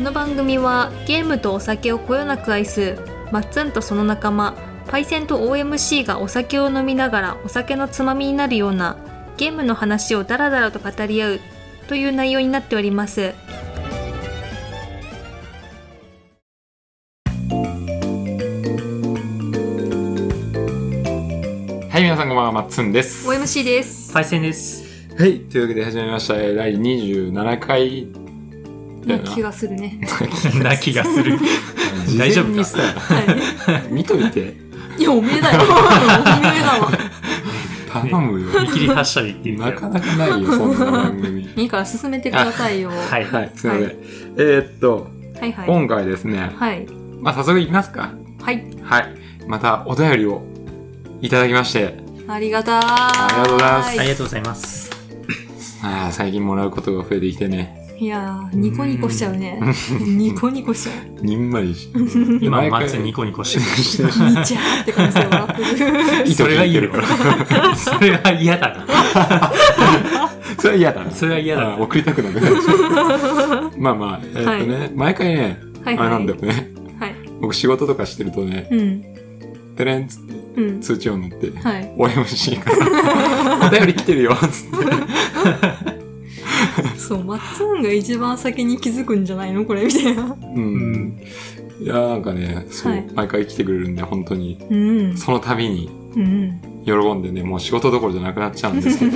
の番組はゲームとお酒をこよなく愛すマッツンとその仲間パイセンと OMC がお酒を飲みながらお酒のつまみになるようなゲームの話をダラダラと語り合うという内容になっております。 はい、皆さんこんばんは、マッツンです。 OMC です。 パイセンです。 はい、というわけで始まりました第27回な気がするねな気がする大丈夫か、 はい、 見といて。 いや、おめえだよおめえだわ頼むよ、 見切り発車で言ってみたよ。 なかなかないよ、そんな番組いいから進めてくださいよ。 はい、 はい、すいません、 はいはい、 今回ですね、 はい、 早速いきますか。 はいはい、またお便りをいただきましてありがたーい。 ありがとうございます。 ありがとうございます。 最近もらうことが増えてきてね。 いやー、ニコニコしちゃうね。ニコニコしちゃう。 にんまりし今マッツンニコニコしてる。 にちゃーって感じで笑ってる。 それが嫌だ。それは嫌だな。 それは嫌だな。 それは嫌だな。 送りたくなくなっちゃう。まあまあ、毎回ね、 はいはい、 あれなんだよね、はい、僕仕事とかしてるとね、テレンつって通知音乗って、はい、OMC からお便り来てるよつってそう、マッツンが一番先に気づくんじゃないのこれみたいな。 いや、なんかね、そう、はい、毎回来てくれるんで本当に、その度に喜んでね、もう仕事どころじゃなくなっちゃうんですけど、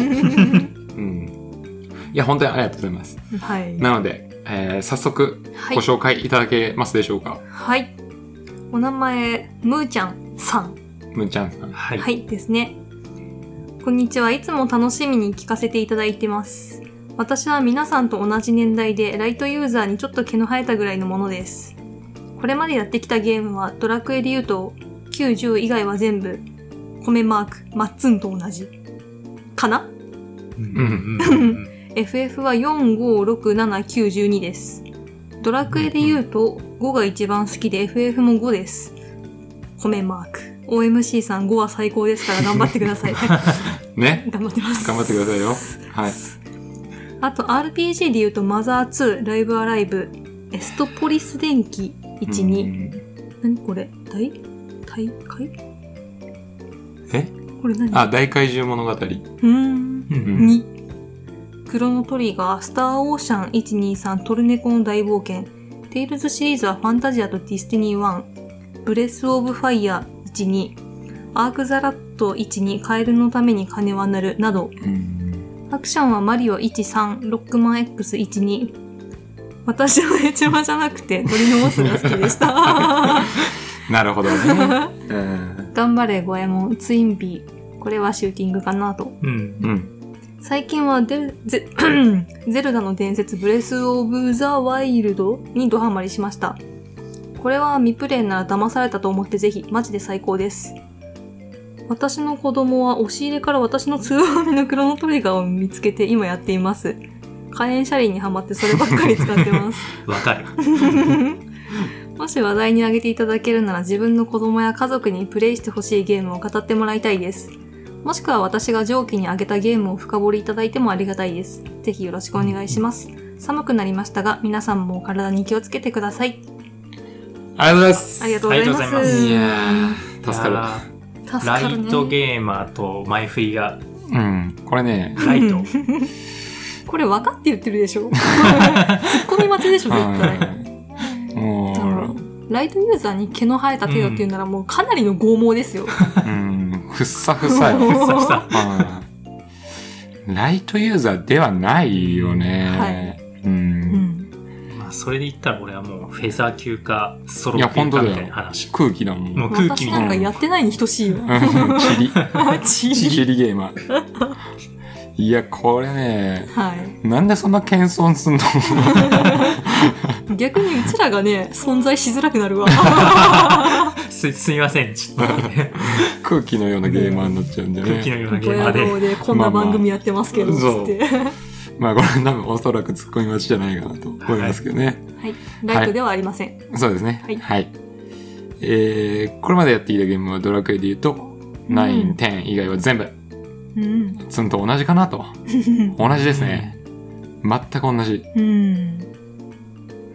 いや本当にありがとうございます。はい。なので、早速ご紹介いただけますでしょうか。 はい。お名前むーちゃんさん。 むーちゃんさん。 はい。はいですね。こんにちは。いつも楽しみに聞かせていただいてます。私は皆さんと同じ年代でライトユーザーにちょっと毛の生えたぐらいのものです。これまでやってきたゲームはドラクエで言うと9、10以外は全部米マーク、マッツンと同じかな。FF は4、5、6、7、9、12です。ドラクエで言うと5が一番好きで FF も5です。米マーク。OMC さん5は最高ですから頑張ってください。 ね。 頑張ってます。 頑張ってくださいよ。はい。 あと RPG で言うとマザー2、ライブアライブ、エストポリス電気1、2。何これ？大会？これ何？ 大怪獣物語。 2。クロノトリガー、スターオーシャン1、2、3、トルネコの大冒険。テイルズシリーズはファンタジアとディスティニー1。ブレスオブファイヤー1、2。アークザラット1、2。カエルのために金は鳴る。など。アクションはマリオ1、3、ロックマン X1、2。私はエチマじゃなくて鳥のモスが好きでした。 なるほどね。 頑張れゴエモン、ツインビー。これはシューティングかなと。最近はゼルダの伝説ブレスオブザワイルドにドハマりしました。これは未プレイなら騙されたと思ってぜひ、マジで最高です。私の子供は押し入れから私の通話目のクロノトリガーを見つけて今やっています。火炎車輪にハマってそればっかり使ってます。 わかる。 もし話題に挙げていただけるなら自分の子供や家族にプレイしてほしいゲームを語ってもらいたいです。もしくは私が上記に挙げたゲームを深掘りいただいてもありがたいです。ぜひよろしくお願いします。寒くなりましたが皆さんも体に気をつけてください。 ありがとうございます。 ありがとうございます。 いやー、助かる。 ライトゲーマーとマイフリが、 これね、 ライト。 これ分かって言ってるでしょ。ツッコミ待ちでしょ絶対。ライトユーザーに毛の生えた程度っていうならもうかなりの剛毛ですよ。 ふっさふさよ。ライトユーザーではないよね。 それで言ったら俺はもうフェザー級かソロ級かみたいな話。 空気だもん。 もう空気みたいな。 私なんかやってないに等しいよ。 チリゲーマー。いや、これね、なんでそんな謙遜すんの？ 逆にうちらがね、存在しづらくなるわ。 すみません、ちょっと。 空気のようなゲーマーになっちゃうんでね。 空気のようなゲーマーで。こんな番組やってますけど、つって。 まあこれ多分おそらくツッコミ待ちじゃないかなと思いますけどね。 はい。ライトではありません。 そうですね。はい。これまでやっていたゲームはドラクエで言うと、9、10以外は全部。ツンと同じかなと。同じですね。全く同じ。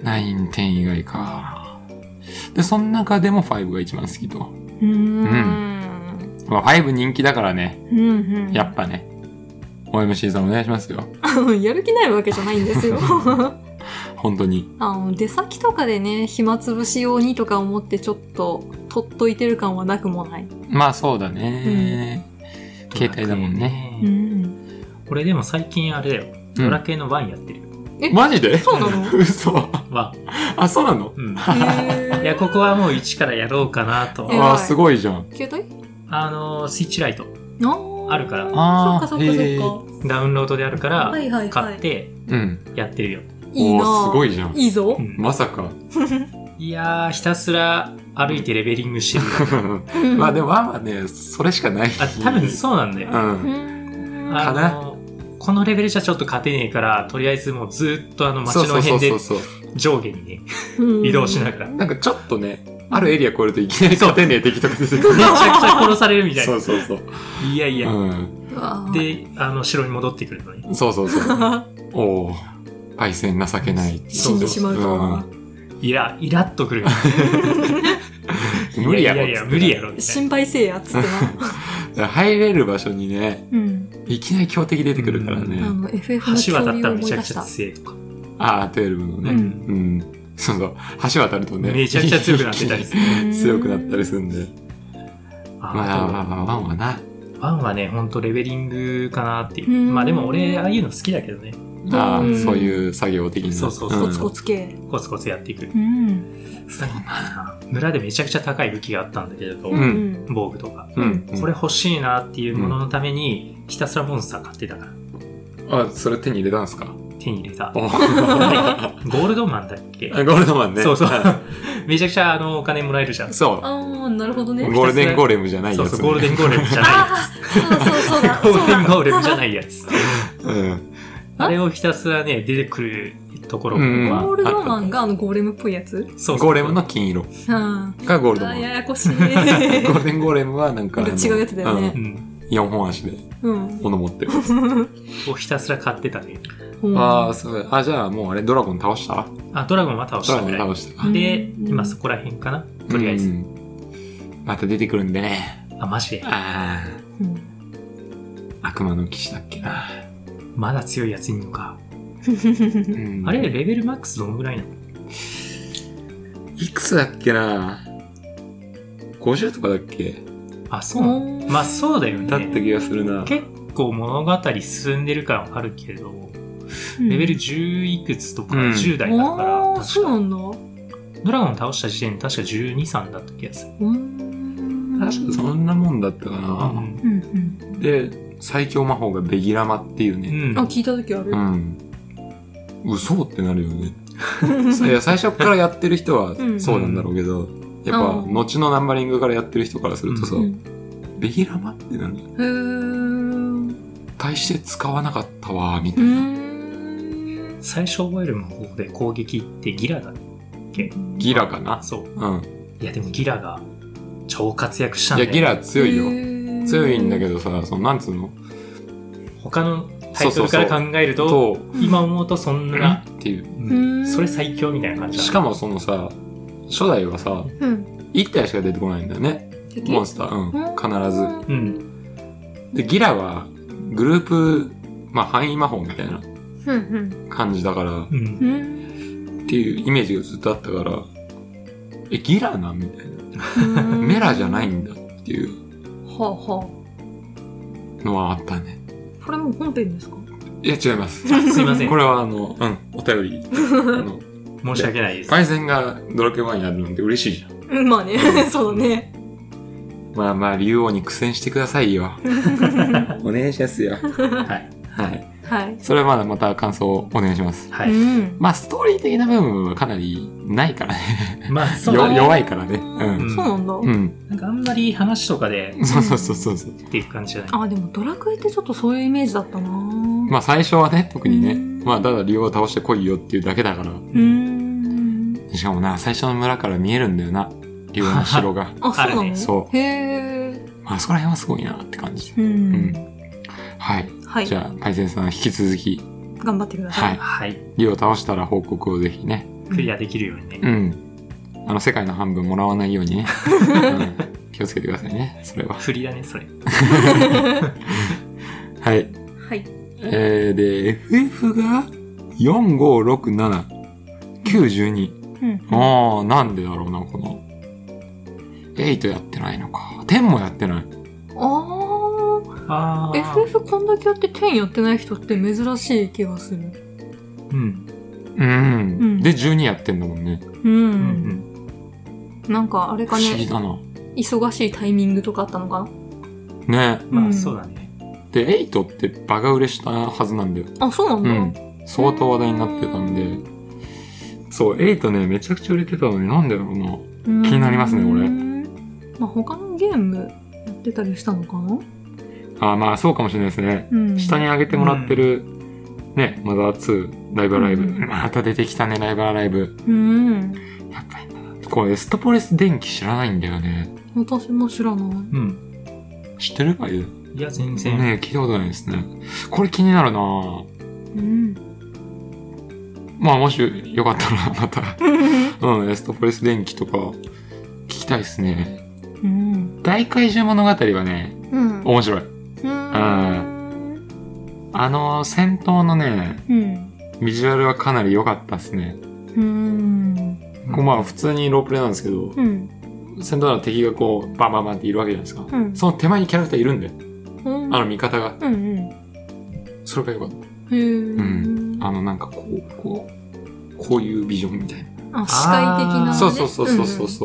9、10以外か。で、その中でも5が一番好きと。まあ、5人気だからね。やっぱね。OMC さんお願いしますよ。 やる気ないわけじゃないんですよ。 本当に。 出先とかでね、暇つぶし用にとか思ってちょっと取っといてる感はなくもない。 まあそうだね。携帯だもんね。 俺でも最近あれだよ。ドラクエの1やってる。 マジで？ そうなの？ 嘘。あ、そうなの？ いや、ここはもう一からやろうかなと。 あ、すごいじゃん。 携帯？ スイッチライト。あるから。 そっか。 ダウンロードであるから、買って、やってるよ。 いいなぁ。 すごいじゃん。 いいぞ。 まさか。 いやー、ひたすら歩いてレベリングしてる。まあでも1はね、それしかない。 多分そうなんだよ。かな。このレベルじゃちょっと勝てねえから、とりあえずもうずっと街の辺で上下にね、移動しながら。 なんかちょっとね、あるエリア越えるといきなり勝てねえ敵とか出てくる。 めちゃくちゃ殺されるみたいな。 そう。 いや。で、城に戻ってくるのに。 そう。おー、パイセン情けない。 死んでしまうと。 イラッとくる。 無理やろ。 いや無理やろ。 心配せえや、つってな。入れる場所にね、いきなり強敵出てくるからね。 橋渡ったらめちゃくちゃ強いとか。 12のね。そう。橋渡るとね。 めちゃくちゃ強くなってたりする。 強くなったりするんで。まあ、1はな。 1はね、ほんとレベリングかなっていう。まあでも俺、ああいうの好きだけどね。 そういう作業的な。 そう。 コツコツ系。 コツコツやっていく。村でめちゃくちゃ高い武器があったんだけれど、防具とか。これ欲しいなっていうもののために、ひたすらモンスター買ってたから。それ手に入れたんですか？ 手に入れた。ゴールドマンだっけ？ ゴールドマンね。 そう。めちゃくちゃお金もらえるじゃん。 そう。 なるほどね。 ゴールデンゴーレムじゃないやつ。 そう、ゴールデンゴーレムじゃないやつ。 そうだ。 ゴールデンゴーレムじゃないやつ。あれをひたすらね、出てくるところは。 ゴールドマンがゴーレムっぽいやつ？ そう。ゴーレムの金色がゴールドマン。 ややこしい。ゴールデンゴーレムはなんか違うやつだよね。 4本足で物持ってる。 をひたすら買ってたね。 そう。じゃあもうあれドラゴン倒した？ ドラゴンは倒した。 ドラゴン倒した。 で、今そこら辺かな？とりあえず。 また出てくるんでね。 マジで？ 悪魔の騎士だっけな。 まだ強いやついんのか。あれ、レベルマックスどのぐらいなの？ いくつだっけな ?50 とかだっけ？ そう。まあそうだよね。 だった気がするな。 結構物語進んでる感はあるけど、レベル10いくつとか10代だから、確かそうなんだ。 ドラゴン倒した時点で確か12、3だった気がする。 確かそんなもんだったかな。で、最強魔法がベギラマっていうね。 聞いた時ある。 嘘ってなるよね。いや、最初からやってる人はそうなんだろうけど、やっぱ、後のナンバリングからやってる人からするとさ、ベギラマってなる。大して使わなかったわ、みたいな。 最初覚える魔法で攻撃ってギラだっけ？ ギラかな？ そう。いや、でもギラが超活躍したんだよ。 いや、ギラ強いよ。強いんだけどさ、なんつうの？ 他のタイトルから考えると、今思うとそんな、 っていう。 それ最強みたいな感じ。 しかもそのさ、初代はさ、1体しか出てこないんだよね。モンスター。必ず。で、ギラは、グループ、範囲魔法みたいな感じだから、っていうイメージがずっとあったから、ギラなみたいな。メラじゃないんだっていうのはあったね。 これも本編ですか？ いや、違います。 すいません。 これはお便り。 申し訳ないです。 パイセンがドラクエ1やるなんて嬉しいじゃん。 まあね、そうだね。 竜王に苦戦してくださいよ。お願いしますよ。はい。それはまた感想をお願いします。 はい。 ストーリー的な部分はかなりないからね。弱いからね。 そうなんだ。 なんかあんまり話とかで。 そう。 っていう感じじゃない。 でもドラクエってちょっとそういうイメージだったな。 最初はね、特にね。ただ竜王を倒して来いよっていうだけだから。しかもな、最初の村から見えるんだよな。竜王の城が。 そうなの？ そう。 へー。そこら辺はすごいなって感じ。はい。じゃあ、パイセンさん引き続き。 頑張ってください。 はい。竜を倒したら報告をぜひね。 クリアできるようにね。 うん。世界の半分もらわないようにね。気をつけてくださいね。それは。 振りだね、それ。 はい。 はい。 で、FF が4、5、6、7、9、12。なんでだろうな、この。8やってないのか。10もやってない。 FF こんだけやって10やってない人って珍しい気がする。 で、12やってんだもんね。 なんかあれかね。 不思議だな。 忙しいタイミングとかあったのかな。ね。 まあそうだね。 で、8ってバカ売れしたはずなんだよ。 あ、そうなんだ。 相当話題になってたんで。そう、8ね、めちゃくちゃ売れてたのになんでだろうな。気になりますね、これ。 まあ他のゲームやってたりしたのかな？ まあそうかもしれないですね。下に上げてもらってる、ね、マザー2、ライブアライブ。また出てきたね、ライブアライブ。やっぱり、これエストポレス電気知らないんだよね。 私も知らない。 知ってるかい？ いや、全然。 ね、聞いたことないですね。これ気になるなまあもしよかったらまた、エストポレス電気とか聞きたいですね。大怪獣物語はね、面白い。戦闘のね、ビジュアルはかなり良かったですね。まあ普通にロープレイなんですけど、戦闘の敵がこうバンバンバンっているわけじゃないですか。その手前にキャラクターいるんだよ。味方が。それが良かった。なんかこういうビジョンみたいな。 視界的なね。 そう。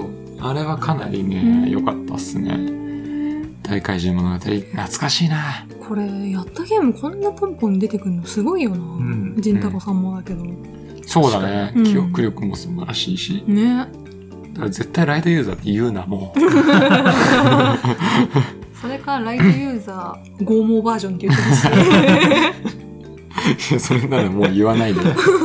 あれはかなりね、良かったっすね。大怪獣物語、懐かしいな。 これ、やったゲームこんなポンポン出てくるのすごいよな。ジン太郎さんもだけど。 そうだね。記憶力も素晴らしいし。ね。だから絶対ライトユーザーって言うな、もう。 それか、ライトユーザー、拷問バージョンって言ってほしい。いや、それならもう言わないで。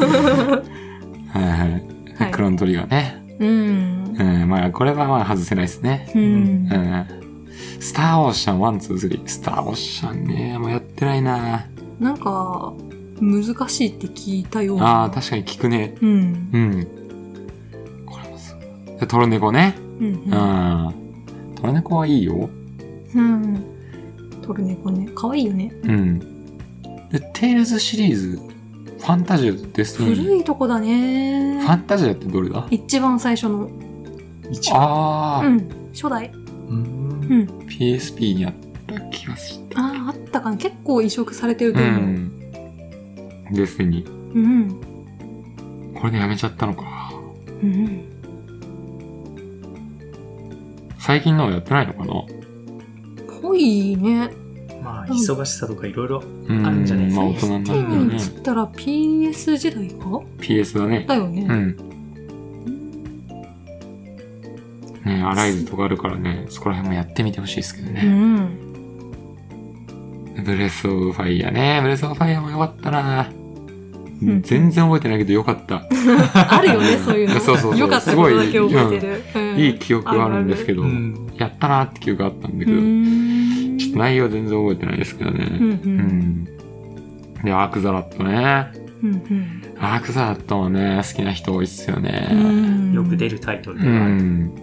はい。クロントリガーね。まあ、これはまあ外せないですね。スターオーシャン1、2、3。スターオーシャンね、もうやってないな。 なんか、難しいって聞いたような。 確かに聞くね。これもすごい。で、トルネコね。トルネコはいいよ。 トルネコね。かわいいよね。 で、テイルズシリーズ、ファンタジアとデスティニー。 古いとこだね。 ファンタジアってどれだ？ 一番最初の。初代。 PSP にあった気がして。 あったかな。結構移植されてると思う。 デスティニー。これでやめちゃったのか。最近のはやってないのかな？ ぽいね。 まあ、忙しさとかいろいろあるんじゃないですか。 まあ、大人になってね。つったら PS 時代か？ PS だね。 だよね。 ね、アライズとかあるからね、そこら辺もやってみてほしいですけどね。ブレスオブファイヤーね。ブレスオブファイヤーもよかったな。全然覚えてないけどよかった。 あるよね、そういうの。 そう。 よかったことだけ覚えてる。 いい記憶があるんですけど、やったなって記憶があったんだけど、ちょっと内容全然覚えてないですけどね。で、アークザラットね。アークザラットもね、好きな人多いっすよね。 よく出るタイトルではある。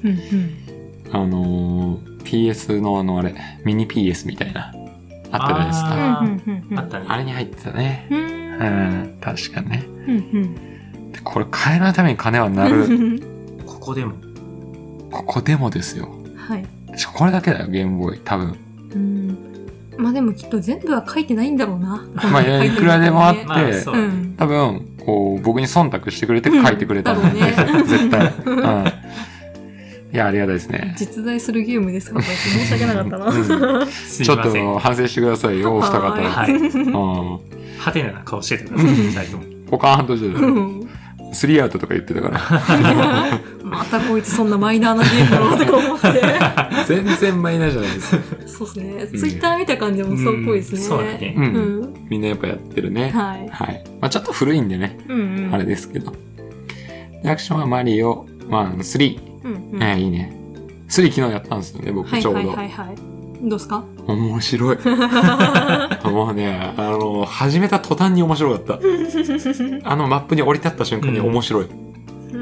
PS のあれ、ミニ PS みたいな、あったじゃないですか。 あったね。 あれに入ってたね。確かね。でこれ変えないために金はなる。 ここでもですよ。 はい。 これだけだよ、ゲームボーイ、多分。 まあでもきっと全部は書いてないんだろうな。 まあ、いくらでもあって、多分、こう、僕に忖度してくれて書いてくれたんですよ、絶対。いや、ありがたいですね。 実在するゲームですか？申し訳なかったな。 ちょっと反省してくださいよ、お二方。 はてな顔してたから、2人とも。 ポカーンとしてた。3アウトとか言ってたから。 またこいつそんなマイナーなゲームだろうとか思って。 全然マイナーじゃないです。 そうですね。ツイッター見た感じもそうっぽいですね。 そうだね。 みんなやっぱやってるね。はい。まあちょっと古いんでね。あれですけど。アクションはマリオ、3。いいね。3昨日やったんですよね、僕ちょうど。 どうすか？ 面白い。もうね、始めた途端に面白かった。マップに降り立った瞬間に面白い。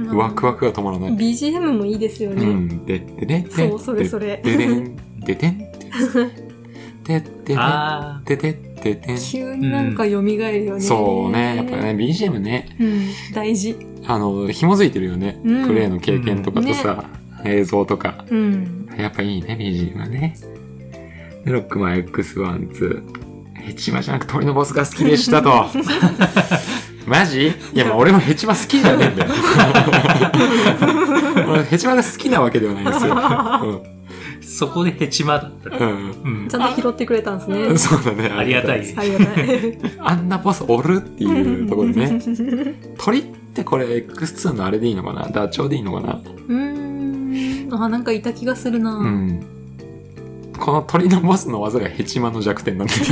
ワクワクが止まらない。 BGM もいいですよね。うん。 でね。 そう、それそれ。 ででん、ででんって。で急になんか蘇るよね。 そうね。やっぱね、BGM ね。 うん、大事。 紐づいてるよね。プレイの経験とかとさ、映像とか。やっぱいいね、BGM はね。で、ロックマン X1、2。ヘチマじゃなく鳥のボスが好きでしたと。マジ？いや、まあ俺もヘチマ好きじゃねえんだよ。俺ヘチマが好きなわけではないんですよ。 そこでヘチマだった。 ちゃんと拾ってくれたんですね。 そうだね。 ありがたい。 ありがたい。 あんなボスおるっていうところでね。鳥ってこれ X2 のあれでいいのかな？ダチョウでいいのかな？ なんかいた気がするな。 この鳥のボスの技がヘチマの弱点なんだけ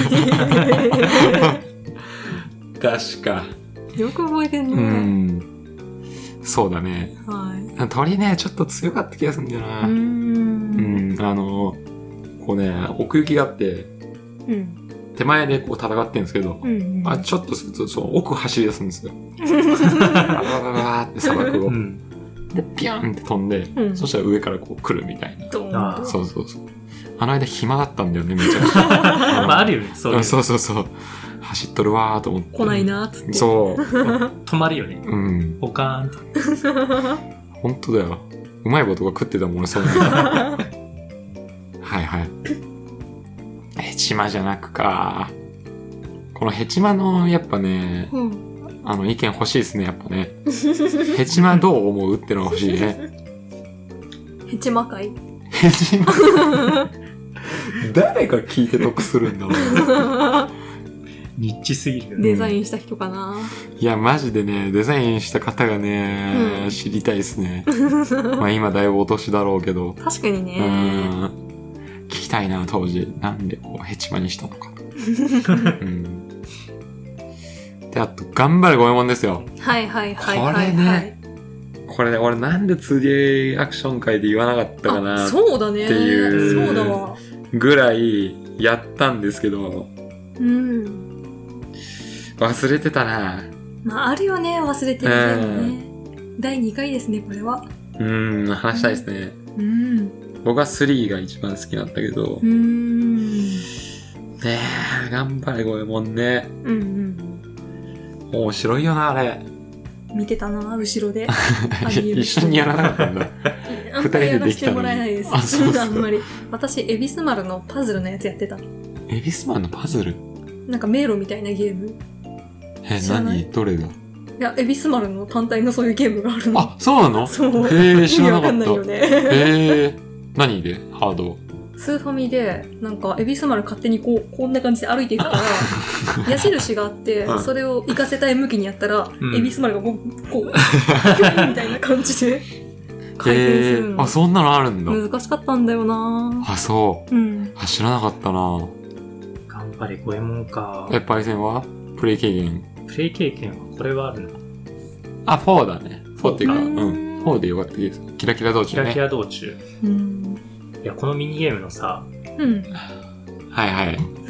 ど。確か。 よく覚えてんね。 そうだね。鳥ね、ちょっと強かった気がするんだよな。こうね、奥行きがあって、手前でこう戦ってるんですけど、ちょっとするとそう奥走り出すんですよ。バババって砂漠を。で、ピャンって飛んで、そしたら上からこう来るみたいな。そうそうそう。あの間暇だったんだよね、めちゃくちゃ。 あるよね、そういう。 そうそうそう。走っとるわーと思って。 来ないなーつって。 そう。 止まるよね。ポカーンと。 本当だよ。うまいことが食ってたもんね、そういうの。はいはい。ヘチマじゃなくか。このヘチマの、やっぱね、意見欲しいですね、やっぱね。ヘチマどう思うってのが欲しいね。 ヘチマ会？ ヘチマ誰が聞いて得するんだろう。 ニッチすぎる。 デザインした人かな。 いや、マジでね、デザインした方がね、知りたいですね。まあ今だいぶお年だろうけど。 確かにね。 聞きたいな、当時。なんでこうヘチマにしたのか。で、あと、頑張れゴエモンですよ。 はいはいはい。 これね、俺なんで 2D アクション界で言わなかったかなそうだね。 っていうそうだわ。 ぐらいやったんですけど、忘れてたな。 まあ、あるよね、忘れてるね。第2回ですね、これは。 話したいですね。僕は3が一番好きなんだけど、ねえ、頑張れゴエモンね。面白いよな、あれ。 見てたな、後ろで。 一緒にやらなかったんだ。二人でできたのに。 あんまりやらせてもらえないです。あんまり。私、エビスマルのパズルのやつやってた。 エビスマルのパズル？ なんか迷路みたいなゲーム。 何？どれだ？いや、エビスマルの単体のそういうゲームがあるの。 あ、そうなの？ そう。 知らなかった。意味わかんないよね。 何で？ハード？ スーファミで、なんか、エビスマル勝手にこんな感じで歩いていくから、矢印があって、それを行かせたい向きにやったら、エビスマルがこう、みたいな感じで、回転するの。 あ、そんなのあるんだ。 難しかったんだよな。 あ、そう。知らなかったな。 頑張れ、ゴエモンか。 パイセンはプレイ経験はこれはあるの？ あ、4だね。4っていうか、4でよかったです。キラキラ道中ね。 キラキラ道中。いや、このミニゲームのさ、 はいはい。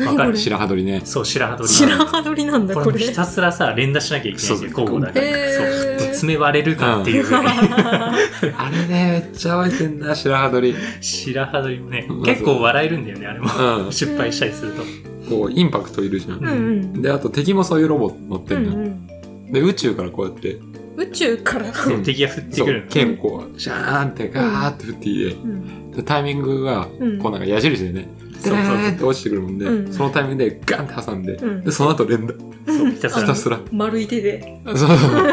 わかる。白羽取りね。 そう、白羽取り。 白羽取りなんだ、これ。 ひたすらさ、連打しなきゃいけないんで、交互だから。そう。爪割れるかっていうぐらい。 あれね、めっちゃ覚えてんだ、白羽取り。 白羽取りもね、結構笑えるんだよね、あれも。失敗したりすると。 こう、インパクトいるじゃん。で、あと敵もそういうロボット乗ってんだ。で、宇宙からこうやって。 宇宙から敵が降ってくる。 剣こう、シャーンってガーって降ってきて、で、タイミングが、こうなんか矢印でね、でーって落ちてくるもんで、そのタイミングでガンって挟んで、で、その後連打。 そう、ひたすら。 丸い手で。 そう。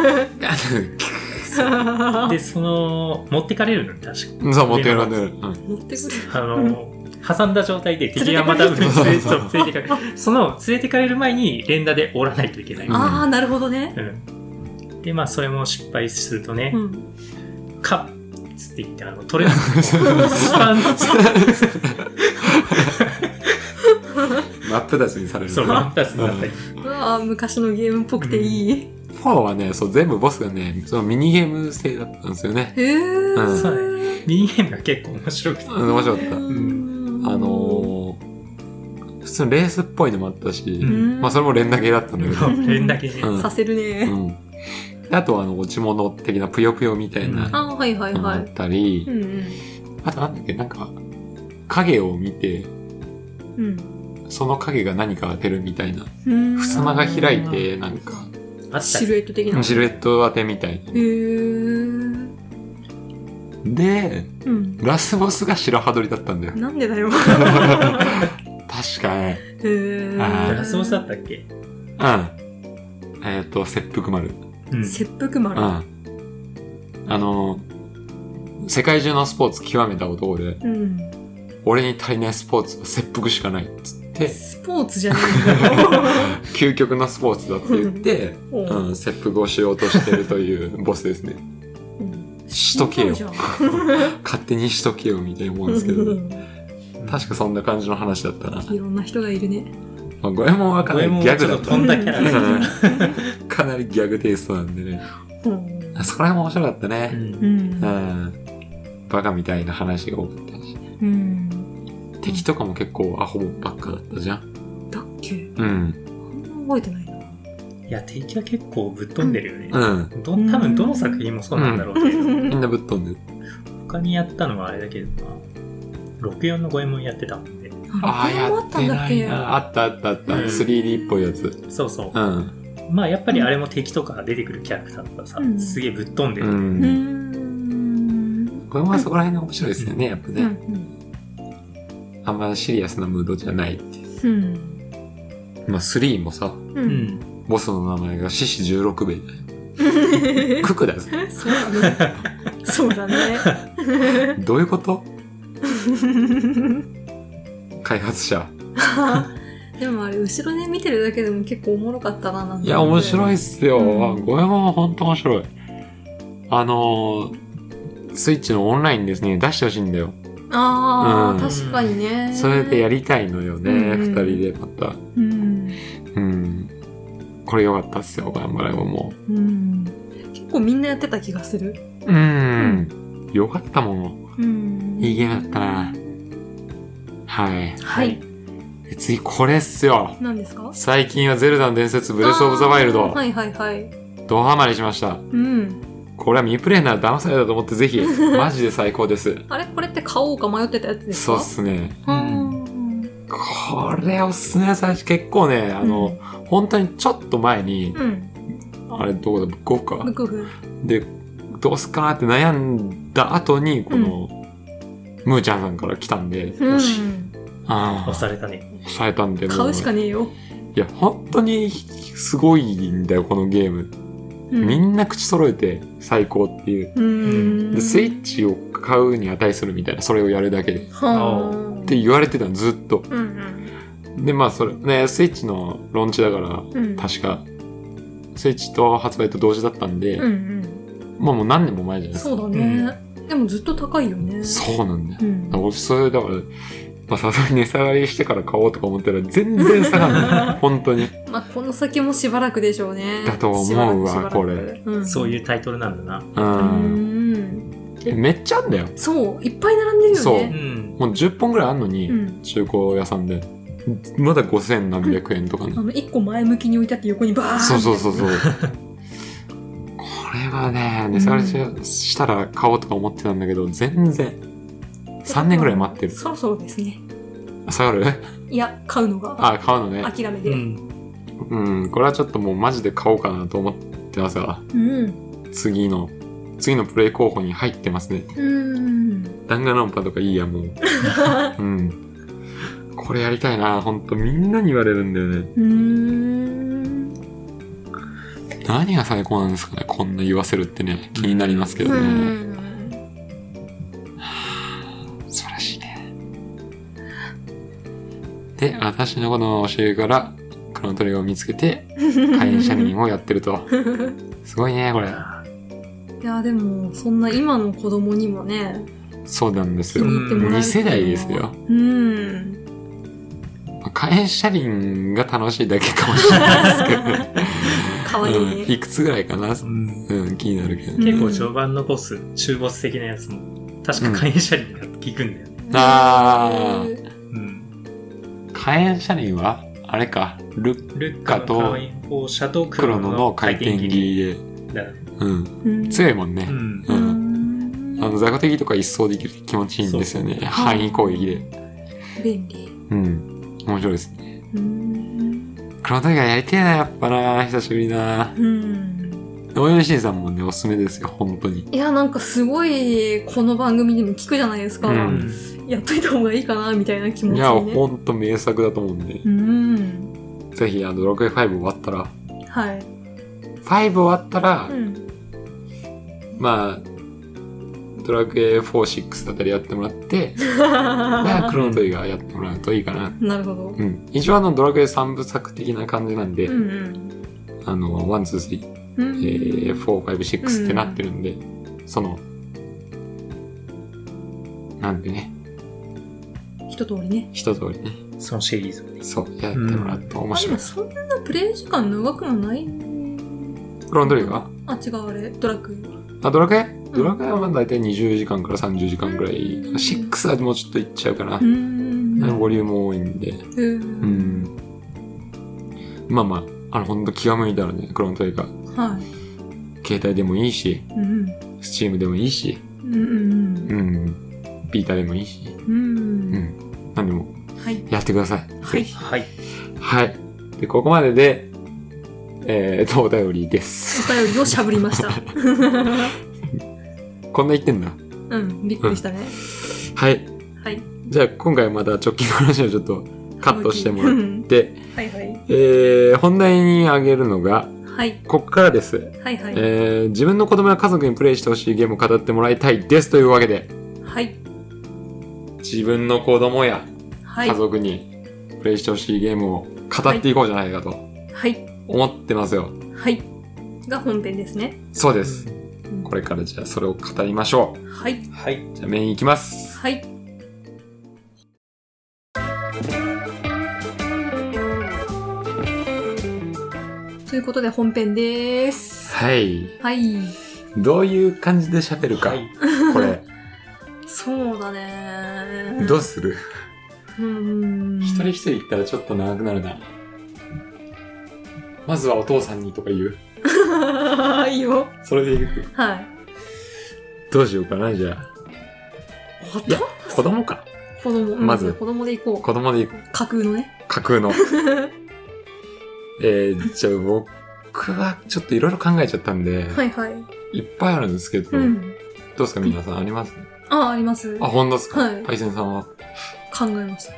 で、持ってかれるの確かに。 そう、持ってかれる。 持ってくる。 挟んだ状態で敵がまた連れてかれる。連れてかれる前に連打で折らないといけない。 ああ、なるほどね。 で、まあ、それも失敗するとね、カッつって言って、取れなくて、スパン真っ二つにされる。 そう、真っ二つになったり。 うわぁ、昔のゲームっぽくていい。 4はね、そう、全部ボスがね、そのミニゲーム制だったんですよね。 へぇそうね。ミニゲームが結構面白くて。 面白かった。普通のレースっぽいのもあったし、まあそれも連打系だったんだけど。 連打系ね。 させるね。 あと落ち物的なぷよぷよみたいなのがあったり、あとなんだっけ、なんか影を見て、その影が何か当てるみたいな、襖が開いてなんかシルエット的なシルエット当てみたいな。で、ラスボスが白羽鳥だったんだよ。 なんでだよ。 確かに。ラスボスだったっけ？ 切腹丸。 切腹丸。 世界中のスポーツ極めた男で、俺に足りないスポーツは切腹しかないっつって。 スポーツじゃないんだよ。 究極のスポーツだって言って、切腹をしようとしてるというボスですね。しとけよ。勝手にしとけよみたいなもんですけど、確かそんな感じの話だったな。 いろんな人がいるね。 まあ、ゴエモンはかなりギャグだった。 飛んだキャラかなりギャグテイストなんでね。そこら辺も面白かったね。バカみたいな話が多かったし。敵とかも結構アホばっかだったじゃん。 だっけ？ あんま覚えてないな。 いや、敵は結構ぶっ飛んでるよね。多分どの作品もそうなんだろうけど。 みんなぶっ飛んでる。 他にやったのはあれだけどな。64のゴエモンやってたもんで。 やってないな。あった。3D っぽいやつ。 そうそう。まあやっぱりあれも敵とか出てくるキャラクターとかさ、すげえぶっ飛んでる。 ゴエモンはそこら辺が面白いですよね、やっぱね。あんまシリアスなムードじゃないっていう。まあ3もさ、ボスの名前が獅子16兵衛だよ。ククだぞ。 そうだね。 どういうこと？開発者。 でもあれ後ろで見てるだけでも結構おもろかったななんて。 いや面白いっすよ。ゴエモンは本当面白い。スイッチのオンラインですね出してほしいんだよ。 確かにね。 それでやりたいのよね、二人でまた。これ良かったっすよ、頑張れもう。 結構みんなやってた気がする。 良かったもん。いいゲームだったな。はい。次これっすよ。 何ですか？ 最近はゼルダの伝説ブレスオブザワイルド。ドハマりしました。これは未プレイなら騙されたと思ってぜひ、マジで最高です。 あれこれって買おうか迷ってたやつですか？そうっすね。これおすすめ最初結構ね、本当にちょっと前に、あれどこだ、ブックオフか。 ブックオフ。 で、どうすっかなって悩んだ後に、この、ムーちゃんさんから来たんで、 押されたね。 押されたんで、 買うしかねえよ。 いや、本当にすごいんだよ、このゲーム。みんな口揃えて最高っていう。で、スイッチを買うに値するみたいな、それをやるだけで。って言われてたの、ずっと。で、まあ、それ、ね、スイッチのローンチだから、確か、スイッチと発売と同時だったんで、まあもう何年も前じゃないですか。 そうだね。でもずっと高いよね。 そうなんだよ。俺、それだから、まあ、さすがに値下がりしてから買おうとか思ったら全然下がんない。本当に。 まあ、この先もしばらくでしょうね。 だと思うわ、これ。 そういうタイトルなんだな。めっちゃあんだよ。 そう、いっぱい並んでるよね。 そう。もう10本ぐらいあんのに、中古屋さんで。まだ5000何百円とかの。 1個前向きに置いてあって横にバーン。 そう。これはね、値下がりしたら買おうとか思ってたんだけど、全然。3年ぐらい待ってる。 そろそろですね。 下がる？ いや、買うのが。 買うのね。 諦めて。 これはちょっともうマジで買おうかなと思ってますが。次のプレイ候補に入ってますね。弾丸論破とかいいや、もう。これやりたいな、ほんとみんなに言われるんだよね。何が最高なんですかね、こんな言わせるってね、気になりますけどね。素晴らしいね。で、私のこの教えからクロノトリガーを見つけて火炎車輪をやってると。すごいね、これ。 いや、でもそんな今の子供にもね、 そうなんですよ。2世代ですよ。火炎車輪が楽しいだけかもしれないですけどね。 かわいいね。 いくつぐらいかな、気になるけど。 結構序盤のボス、中ボス的なやつも、確か火炎車輪が効くんだよね。 火炎車輪はあれか、ルッカと火炎放射とクロノの回転切りで。 強いもんね。雑魚敵とか一掃できる気持ちいいんですよね。範囲攻撃で。 便利。 面白いですね。クロノトリガーやりてえな、やっぱな。久しぶりな。OMC さんもね、おすすめですよ、本当に。 いや、なんかすごい、この番組でも聞くじゃないですか。やっといた方がいいかな、みたいな気持ちで、ね。 いや、ほんと名作だと思うんで。ぜひ、ドラクエ5終わったら。 はい。 5終わったら、まあ、ドラクエ4、6だったりやってもらって、クロノトリガーやってもらうといいかな。 なるほど。 一応ドラクエ3部作的な感じなんで、1、2、3。4、5、6ってなってるんで、なんでね。 一通りね。 そのシリーズをね。 そう、やってもらうと面白い。 でもそんなプレイ時間長くもないクロノトリガー？違うあれ、ドラクエ。 ドラクエ？ドラクエはだいたい20時間から30時間くらい。6はもうちょっといっちゃうかな。ボリューム多いんで。まあまあ、ほんと気が向いたらね、クロノトリガー。携帯でもいいし、スチームでもいいし、ビータでもいいし、何でもやってください。はい。で、ここまでで、お便りです。 お便りをしゃぶりました。 こんな言ってんだ。 びっくりしたね。 はい。じゃあ今回また直近の話をちょっとカットしてもらって、本題にあげるのが、ここからです。自分の子供や家族にプレイしてほしいゲームを語ってもらいたいですというわけで、自分の子供や家族にプレイしてほしいゲームを語っていこうじゃないかと思ってますよ。 が本編ですね。 そうです。これからじゃあそれを語りましょう。じゃあメインいきます。 ということで本編でーす。 どういう感じで喋るか、これ。 そうだね。 どうする？一人一人言ったらちょっと長くなるな。まずはお父さんにとか言う？ いいよ。 それでいく？どうしようかな、じゃあ。子供か。まず。 子供でいこう。 子供でいこう。 架空のね。 架空の。じゃあ僕はちょっといろいろ考えちゃったんで、いっぱいあるんですけど、どうですか皆さん、あります？ あります。 ほんとですか？パイセンさんは？ 考えました。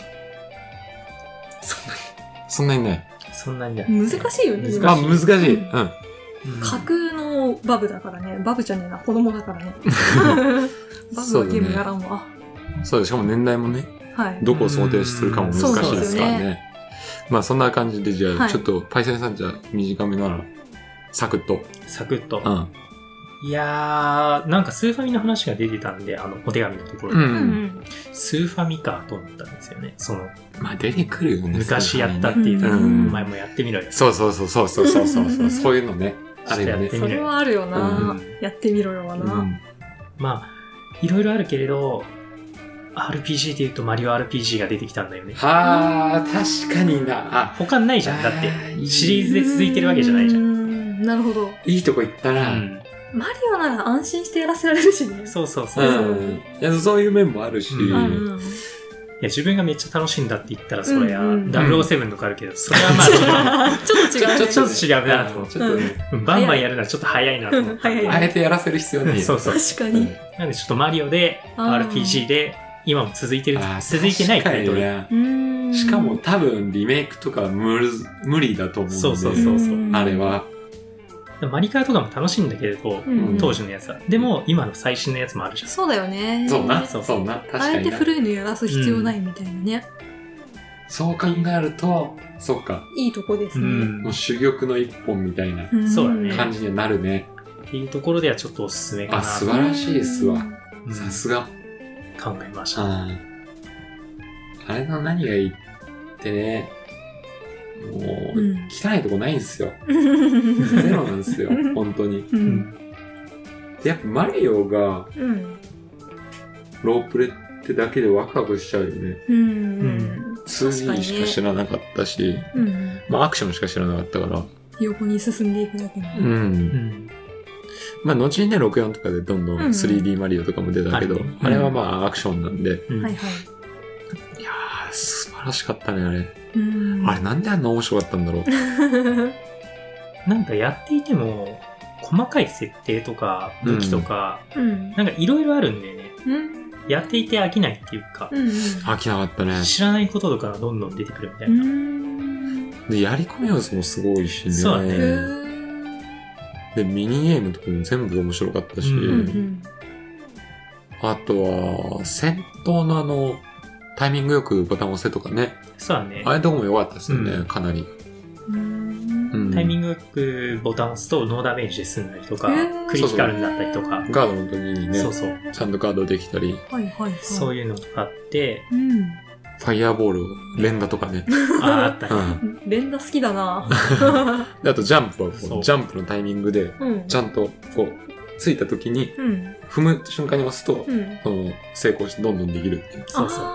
そんなにない。 難しいよね。 難しい。 架空のバブだからね。バブじゃねえな、子供だからね。バブはゲームやらんわ。 そうです。しかも年代もね、どこを想定するかも難しいですからね。まあそんな感じで、じゃあちょっとパイセンさんじゃ短めならサクッと。 いやー、なんかスーファミの話が出てたんで、お手紙のところで、スーファミかと思ったんですよね。 まあ出てくるよね。 昔やったっていうと、お前もやってみろよ。 そうそういうのね。 あるよね。それはあるよな。やってみろよな。 まあ、いろいろあるけれど、RPG で言うとマリオ RPG が出てきたんだよね。 確かにな。 他ないじゃん。だって、シリーズで続いてるわけじゃないじゃん。 なるほど。 いいとこ行ったな。 マリオなら安心してやらせられるしね。 そう。 いや、そういう面もあるし。いや、自分がめっちゃ楽しいんだって言ったら、それや、007とかあるけど、それはまあちょっと違う。 ちょっと違うなと思って。バンバンやるならちょっと早いなと思って。 あえてやらせる必要ない。 そう。 確かに。 なんでちょっとマリオで、RPG で、今も続いてないタイトル。 しかも多分リメイクとか無理だと思うんで。 そう。 あれは。 マリカーとかも楽しいんだけれど、当時のやつは。でも、今の最新のやつもあるじゃん。 そうだよね。 そうな。確かに。 あえて古いのやらす必要ないみたいなね。 そう考えると、そうか。 いいとこですね。 もう珠玉の一本みたいな感じになるね。 っていうところではちょっとおすすめかな。 素晴らしいですわ。さすが。 考えました。 あれの何がいいってね、もう、汚いとこないんですよ。ゼロなんですよ、本当に。で、やっぱマリオが、ロープレってだけでワクワクしちゃうよね。2D しか知らなかったし、まあアクションしか知らなかったから。 横に進んでいくだけの。 まあ、後にね、64とかでどんどん 3D マリオとかも出たけど、あれはまあ、アクションなんで。はいはい。いやー、素晴らしかったね、あれ。あれ、なんであんな面白かったんだろう。 なんかやっていても、細かい設定とか、武器とか、なんかいろいろあるんだよね。やっていて飽きないっていうか、 飽きなかったね。 知らないこととかがどんどん出てくるみたいな。 で、やり込み要素もすごいしね。 そうだね。 で、ミニゲームとかも全部面白かったし、あとは、戦闘のタイミングよくボタン押せとかね。 そうだね。 あれとこも良かったですよね、かなり。 タイミングよくボタンを押すとノーダメージで済んだりとか、クリティカルになったりとか。 ガードの時にね、 そうそう。 ちゃんとガードできたり。 そういうのがあって、 ファイヤーボールを連打とかね。 あったね。 連打好きだなであとジャンプはジャンプのタイミングで、ちゃんとこう、ついた時に、踏む瞬間に押すと、その成功してどんどんできるっていう。 そうそう。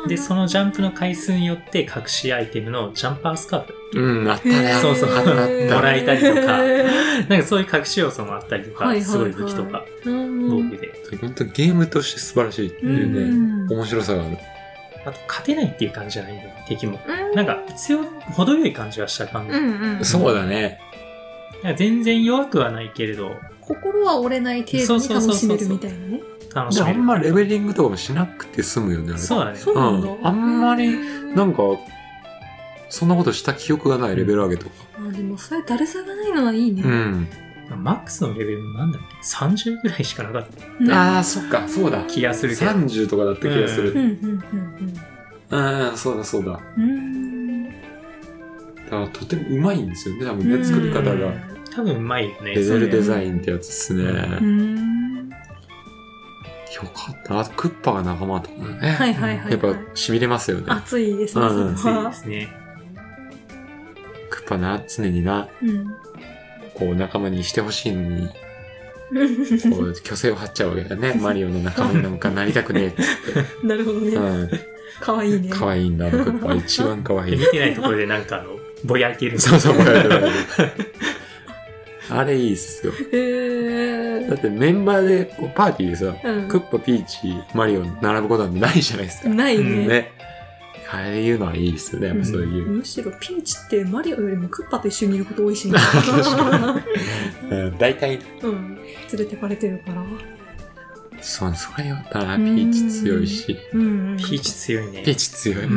で、そのジャンプの回数によって隠しアイテムのジャンパースカート。 あったね。 そうそう、あった。もらえたりとか、なんかそういう隠し要素もあったりとか、すごい武器とか、道具で。 本当ゲームとして素晴らしいっていうね、面白さがある。 あと、勝てないっていう感じじゃないんだよ、敵も。なんか、程よい感じがした感じ。 そうだね。 全然弱くはないけれど、 心は折れない程度に楽しめるみたいなね。 であんまレベリングとかもしなくて済むよね。 そうだね。 そうなんだ。 あんまり、なんか、そんなことした記憶がない、レベル上げとか。 でもそれだるさがないのはいいね。 マックスのレベルなんだっけ ?30 ぐらいしかなかった。 そっか、そうだ。 気がするけど。 30とかだった気がする。そうだそうだ。だからとてもうまいんですよね、多分ね、作り方が。 多分うまいよね。 ベゼルデザインってやつですね。よかった。あと、クッパが仲間とかね。やっぱ、痺れますよね。 熱いですね。 熱いですね。 クッパな、常にな、こう、仲間にしてほしいのに、こう、虚勢を張っちゃうわけだね。マリオの仲間になんかなりたくねえって。 なるほどね。かわいいね。 かわいいんだ、クッパ。一番かわいい。 見てないところでなんかぼやいてる。 そうそう、ぼやいてる。あれいいっすよ。だってメンバーで、こうパーティーでさ、クッパ、ピーチ、マリオ並ぶことなんてないじゃないですか。 ないね。 あれ言うのはいいっすよね、やっぱそういう。 むしろピーチってマリオよりもクッパと一緒にいること多いしね。 大体。 連れてかれてるから。 それよったな、ピーチ強いし。 ピーチ強いね。 ピーチ強い。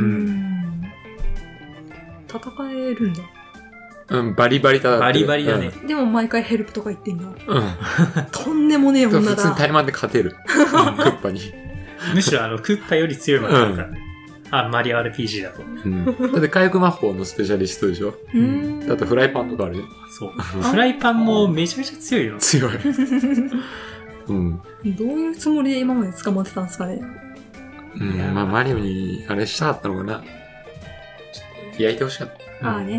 戦えるんだ。 バリバリだ。 バリバリだね。 でも毎回ヘルプとか言ってんだ。とんでもねえ女だ。 普通にタイマンで勝てる。クッパに。 むしろクッパより強いもんなんか。マリオ RPG だと。 だって火薬魔法のスペシャリストでしょ。だってフライパンとかあるじゃん。 そう。フライパンもめちゃめちゃ強いよ。 強い。 どういうつもりで今まで捕まってたんですかね。 まあマリオにあれしたかったのかな。焼いてほしかった。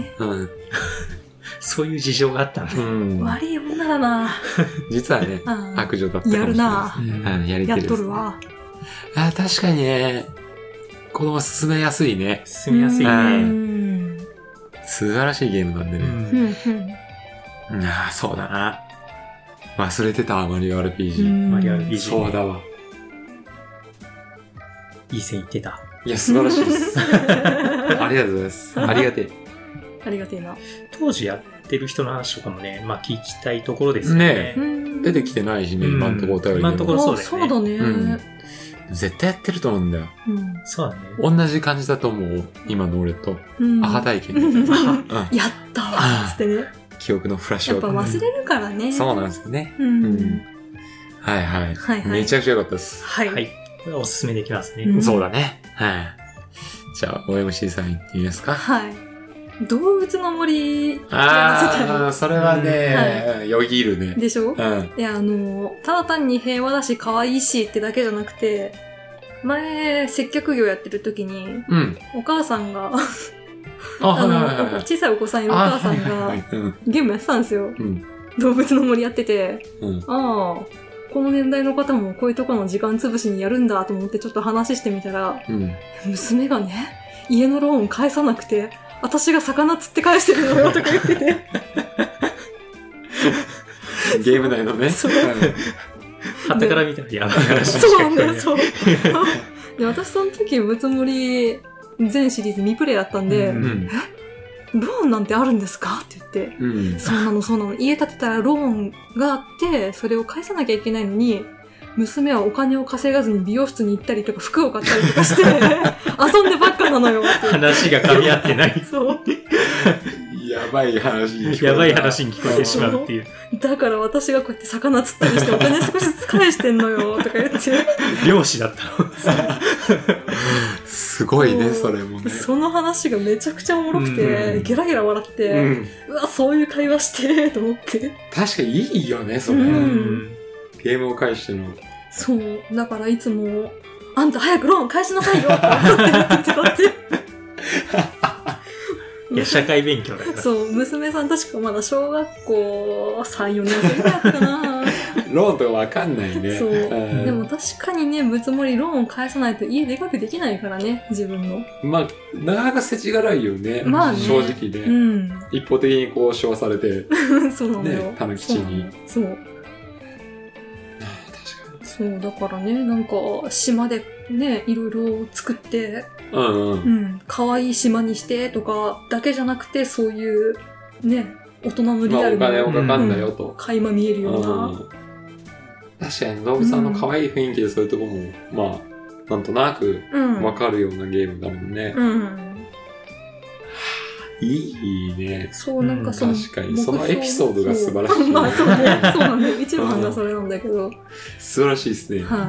そういう事情があったんだ。悪い女だな。 実はね、悪女だったかもしれない。 やるな。やっとるわ。 確かにね、子供進めやすいね。 進めやすいね。 素晴らしいゲームなんでね。そうだな。忘れてたわ、マリオ RPG。 マリオ RPG。 そうだわ。 いい線いってた。 いや、素晴らしいです。ありがとうございます。ありがてえ。 ありがてえな。 当時やってる人の話とかもね、聞きたいところですよね。 出てきてないしね、今のところ頼り。 今のところそうだよね。 そうだね。 絶対やってると思うんだよ。 そうだね。 同じ感じだと思う、今の俺と。アハ体験。 やったわーつってね。 記憶のフラッシュやっぱ忘れるからね。 そうなんですよね。はいはい。めちゃくちゃ良かったです。 はい。これはおすすめできますね。 そうだね。はい。じゃあ、OMC さん言ってみますか。 はい。動物の森それはね、よぎるね。 でしょ？いや、ただ単に平和だし可愛いしってだけじゃなくて、前、接客業やってる時に、お母さんが、小さいお子さんいるお母さんが、ゲームやってたんですよ。動物の森やってて、この年代の方もこういうところの時間潰しにやるんだと思ってちょっと話してみたら、娘がね、家のローン返さなくて、私が魚釣って返してるのよとか言ってて。 ゲーム内のね。 はたから見たらやばい話しか聞こえない。 そう。で、私その時、ぶつもり全シリーズ未プレイだったんで、ローンなんてあるんですかって言って、そうなの。家建てたらローンがあって、それを返さなきゃいけないのに、娘はお金を稼がずに美容室に行ったりとか服を買ったりとかして、遊んでばっかなのよ。 話が噛み合ってない。 そう。 やばい話に聞こえてしまうっていう。 だから私がこうやって魚釣ったりしてお金少しずつ返してんのよ、とか言って。 漁師だったの。 すごいね、それもね。 その話がめちゃくちゃおもろくて、ゲラゲラ笑って、うわ、そういう会話して、と思って。 確かにいいよね、それ。ゲームを返しての。 そう。だからいつも、あんた早くローン返しなさいよって言って。 いや、社会勉強だから。 そう、娘さん確かまだ小学校3、4年生ぐらいだったかな。 ローンとかわかんないね。 そう。でも確かにね、ぶつもりローンを返さないと家でかくできないからね、自分の。 まあ、なかなか世知辛いよね。 まあね。 正直ね。一方的にこう、しわされて。 そうなんだよ。 ね、たぬきちに。 そう。そう、だからね、なんか、島でね、いろいろ作って、可愛い島にしてとか、だけじゃなくて、そういう、ね、大人のリアルな、 お金をかかんだよと。 垣間見えるような。 確かに、動物さんの可愛い雰囲気でそういうとこも、まあ、なんとなく、わかるようなゲームだもんね。いいね。 そう、なんかその、 確かに。そのエピソードが素晴らしい。 まあそうね。そうなんだよ。一番がそれなんだけど。 素晴らしいですね。 はい。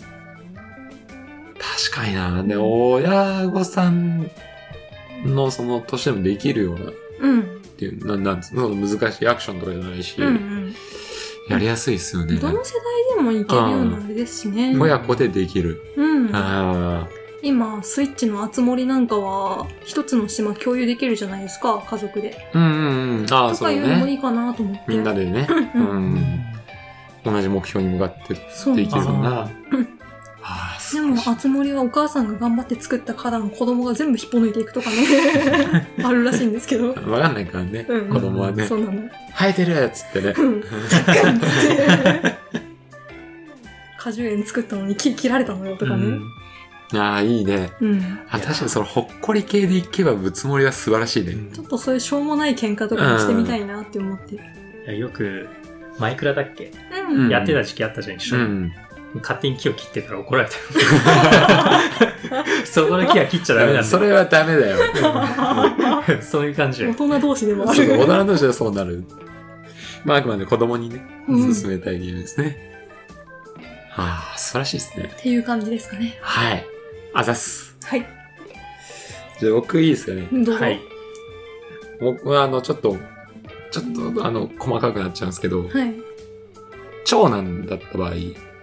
確かにな。で、親御さんのその年でもできるような。っていう、なんつうの、その難しいアクションとかじゃないし。やりやすいですよね。 どの世代でもいけるようなあれですしね。 親子でできる。 今、スイッチのあつ森なんかは、一つの島共有できるじゃないですか、家族で。 ああ、そうね。 とかいうのもいいかなと思って。 みんなでね。同じ目標に向かってできるような。 でも、あつ森はお母さんが頑張って作った花壇を子供が全部引っぽ抜いていくとかね。あるらしいんですけど。 わかんないからね、子供はね。 そうなの。 生えてるっつってね。 ザックンっつって。果樹園作ったのに切られたのよとかね。 ああ、いいね。確かにそのほっこり系でいけばぶつもりは素晴らしいね。 ちょっとそういうしょうもない喧嘩とかもしてみたいなって思って。いや、よく、マイクラだっけやってた時期あったじゃん、一緒に。勝手に木を切ってたら怒られたよ。そこの木は切っちゃダメなんだよ。 それはダメだよ。 そういう感じよ。 大人同士でもある。 大人同士でそうなる。まあ、あくまで子供にね、進めたいゲームですね。はあ、素晴らしいですね。 っていう感じですかね。 はい。あざっす。 はい。 じゃあ僕いいですかね。 どうぞ。 はい。僕はちょっと細かくなっちゃうんですけど、はい。長男だった場合、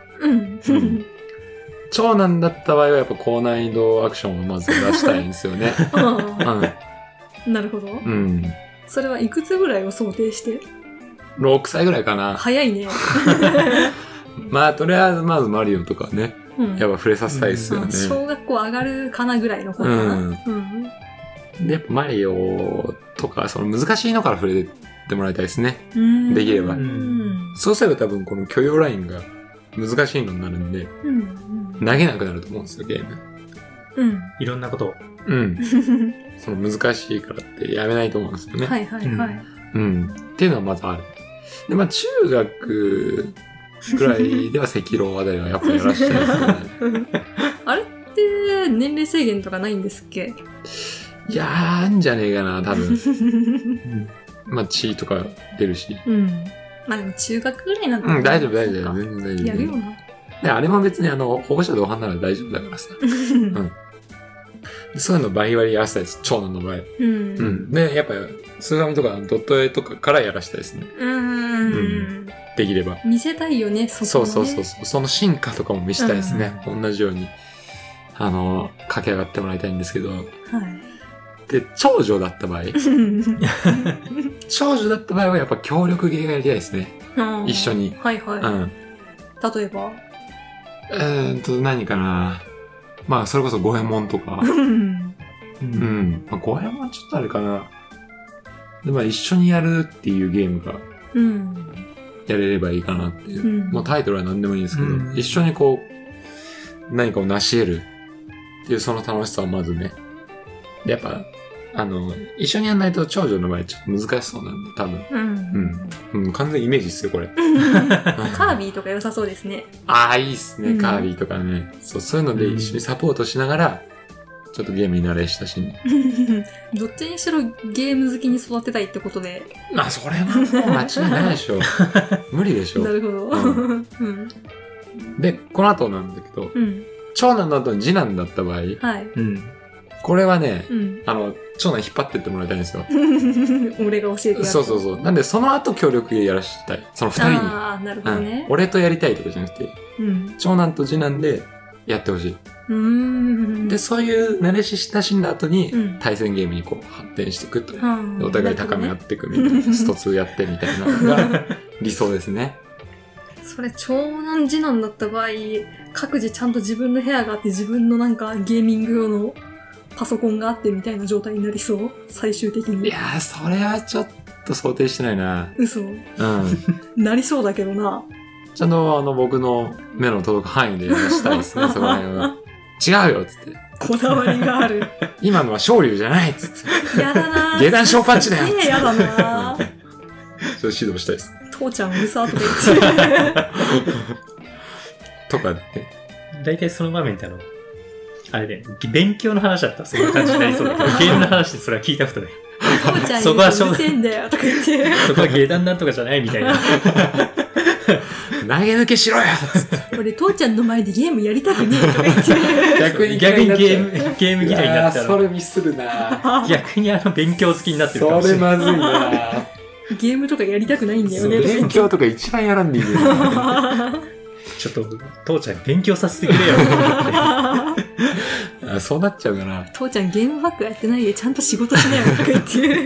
長男だった場合はやっぱ高難易度アクションをまず出したいんですよね。 なるほど。それはいくつぐらいを想定して ?6 歳ぐらいかな。 早いね。 まあとりあえずまずマリオとかね、やっぱ触れさせたいですよね。 小学校上がるかなぐらいの方かな。 で、やっぱマリオとかその難しいのから触れてもらいたいですね。できれば。そうすれば多分この許容ラインが難しいのになるんで、投げなくなると思うんですよ、ゲーム。 いろんなことを。 その難しいからってやめないと思うんですよね。 はいはいはい。 っていうのはまずある。で、まあ中学ぐらいでは赤狼あたりはやっぱやらしたいですね。 あれって年齢制限とかないんですっけ？ いやー、あんじゃねえかな、多分。まあ血とか出るし。 まあでも中学ぐらいなんだ大丈夫大丈夫。全然大丈夫。 やるよな。 で、あれも別に保護者同伴なら大丈夫だからさ。そういうのバリバリやらせたいです。長男の場合。で、やっぱスーファミとかドット絵とかからやらせたいですね。できれば。 見せたいよね、 そこね。そう。その進化とかも見せたいですね。同じように。駆け上がってもらいたいんですけど。で、長女だった場合。長女だった場合はやっぱ協力芸がやりたいですね。一緒に。 はいはい。例えば何かな。まあ、それこそ五右衛門とか。まあ、五右衛門ちょっとあれかな。で、まあ、一緒にやるっていうゲームが。 やれればいいかなっていう。もうタイトルは何でもいいんですけど、一緒にこう、何かを成し得るっていうその楽しさをまずね。やっぱ、一緒にやんないと長女の場合ちょっと難しそうなんで、多分。完全イメージっすよ、これ。カービィとか良さそうですね。 ああ、いいっすね、カービィとかね。そういうので一緒にサポートしながら、ちょっとゲームに慣れ親しんで。 どっちにしろゲーム好きに育てたいってことで。 まあ、それはもう間違いないでしょ。無理でしょ。 なるほど。 で、この後なんだけど、長男の後に次男だった場合、これはね、長男引っ張ってってもらいたいんですよ。 俺が教えてやる。 そう。なんで、その後協力やらしたい。その二人に。 ああ、なるほどね。 俺とやりたいとかじゃなくて、長男と次男でやってほしい。で、そういう慣れ親しんだ後に、対戦ゲームにこう発展していくと。お互い高め合っていくみたいな。スト2やってみたいなのが理想ですね。 それ、長男次男だった場合、各自ちゃんと自分の部屋があって自分のなんかゲーミング用のパソコンがあってみたいな状態になりそう最終的に。 いやー、それはちょっと想定してないな。 嘘。なりそうだけどな。 ちゃんと僕の目の届く範囲でしたいですね、そこら辺は。違うよっつって。 こだわりがある。 今のは昇竜じゃないっつって。やだな下段小パンチだよ。 やだなそれ指導したいです。 父ちゃんうるさとか言って。 とかね。 大体その場面ってあれで、勉強の話だったらそんな感じになりそうだけど、ゲームの話でそれは聞いたことない。 父ちゃんうるせえんだよとか言って。 そこは下段なんとかじゃないみたいな。 投げ抜けしろよつって。 俺父ちゃんの前でゲームやりたくねえとか言って。 逆にゲーム嫌いになったら。 それミスるな。 逆に勉強好きになってるかもしれない。それまずいな。 ゲームとかやりたくないんだよね。 勉強とか一番やらんでいいんだよ。 ちょっと、父ちゃん勉強させてくれよ。 そうなっちゃうかな。 父ちゃんゲームばっかやってないでちゃんと仕事しなよとか言って。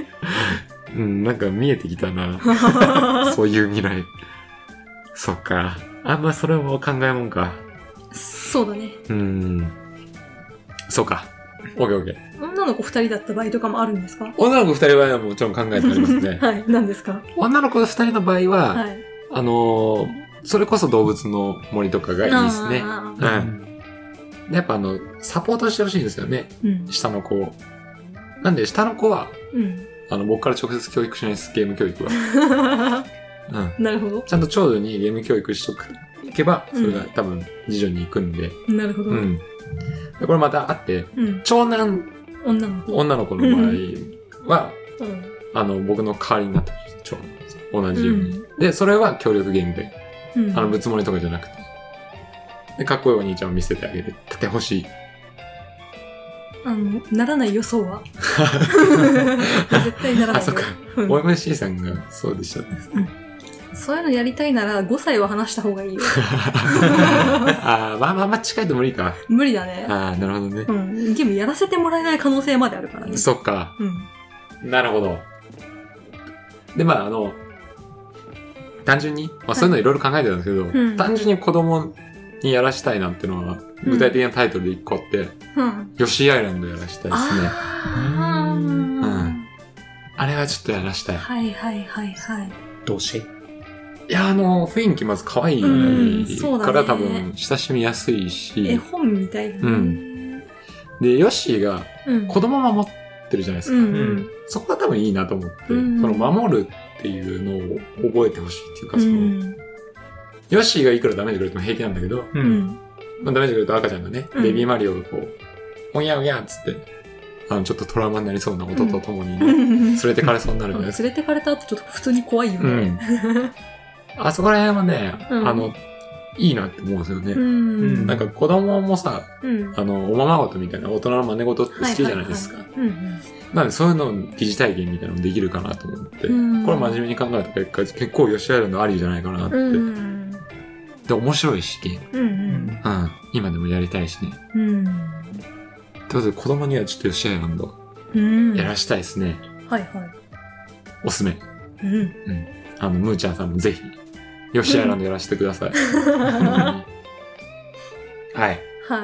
なんか見えてきたな。そういう未来。そっか。あんまそれも考えもんか。 そうだね。 そうか。オッケーオッケー。 女の子2人だった場合とかもあるんですか？ 女の子2人はもちろん考えてありますね。 はい。何ですか？ 女の子2人の場合は、それこそ動物の森とかがいいですね。やっぱサポートしてほしいんですよね。下の子を。なんで下の子は、僕から直接教育しないです、ゲーム教育は。 なるほど。 ちゃんと長女にゲーム教育しとけば、それが多分次女に行くんで。 なるほど。 これまたあって、長男、女の子の場合は、僕の代わりになってほしい。長男。同じように。で、それは協力ゲームで。ぶつもりとかじゃなくて。で、かっこいいお兄ちゃんを見せてあげてほしい。 ならない予想は絶対ならないよ。 あ、そっか。OMC さんがそうでしたね。 そういうのやりたいなら5歳は離した方がいいよ。 まあ近いと無理か。 無理だね。 なるほどね。 ゲームやらせてもらえない可能性まであるからね。 そっか。なるほど。で、単純に、そういうのいろいろ考えてたんですけど、単純に子供にやらしたいなっていうのは、具体的なタイトルで1個あって、ヨッシーアイランドやらしたいですね。あれはちょっとやらしたい。 はい。 どうして？ いや、雰囲気まず可愛いから多分親しみやすいし。 絵本みたいなね。 で、ヨッシーが子供守ってるじゃないですか。そこが多分いいなと思って、その守るっていうのを覚えてほしいっていうか、ヨッシーがいくらダメージくれても平気なんだけど、ダメージくれると赤ちゃんがね、ベビーマリオがこう、おやおやっつって、ちょっとトラウマになりそうな音とともに、連れてかれそうになるじゃないですか。 連れてかれた後ちょっと普通に怖いよね。 あそこら辺はね、いいなって思うんですよね。なんか子供もさ、おままごとみたいな大人の真似事って好きじゃないですか。なのでそういうの疑似体験みたいなのもできるかなと思って、これ真面目に考えた結果、結構ヨシアイランドありじゃないかなって。で、面白いし、今でもやりたいしね。ということで子供にはちょっとヨシアイランドやらしたいですね。おすすめ。ムーちゃんさんもぜひ、ヨシアイランドやらせてください。はい。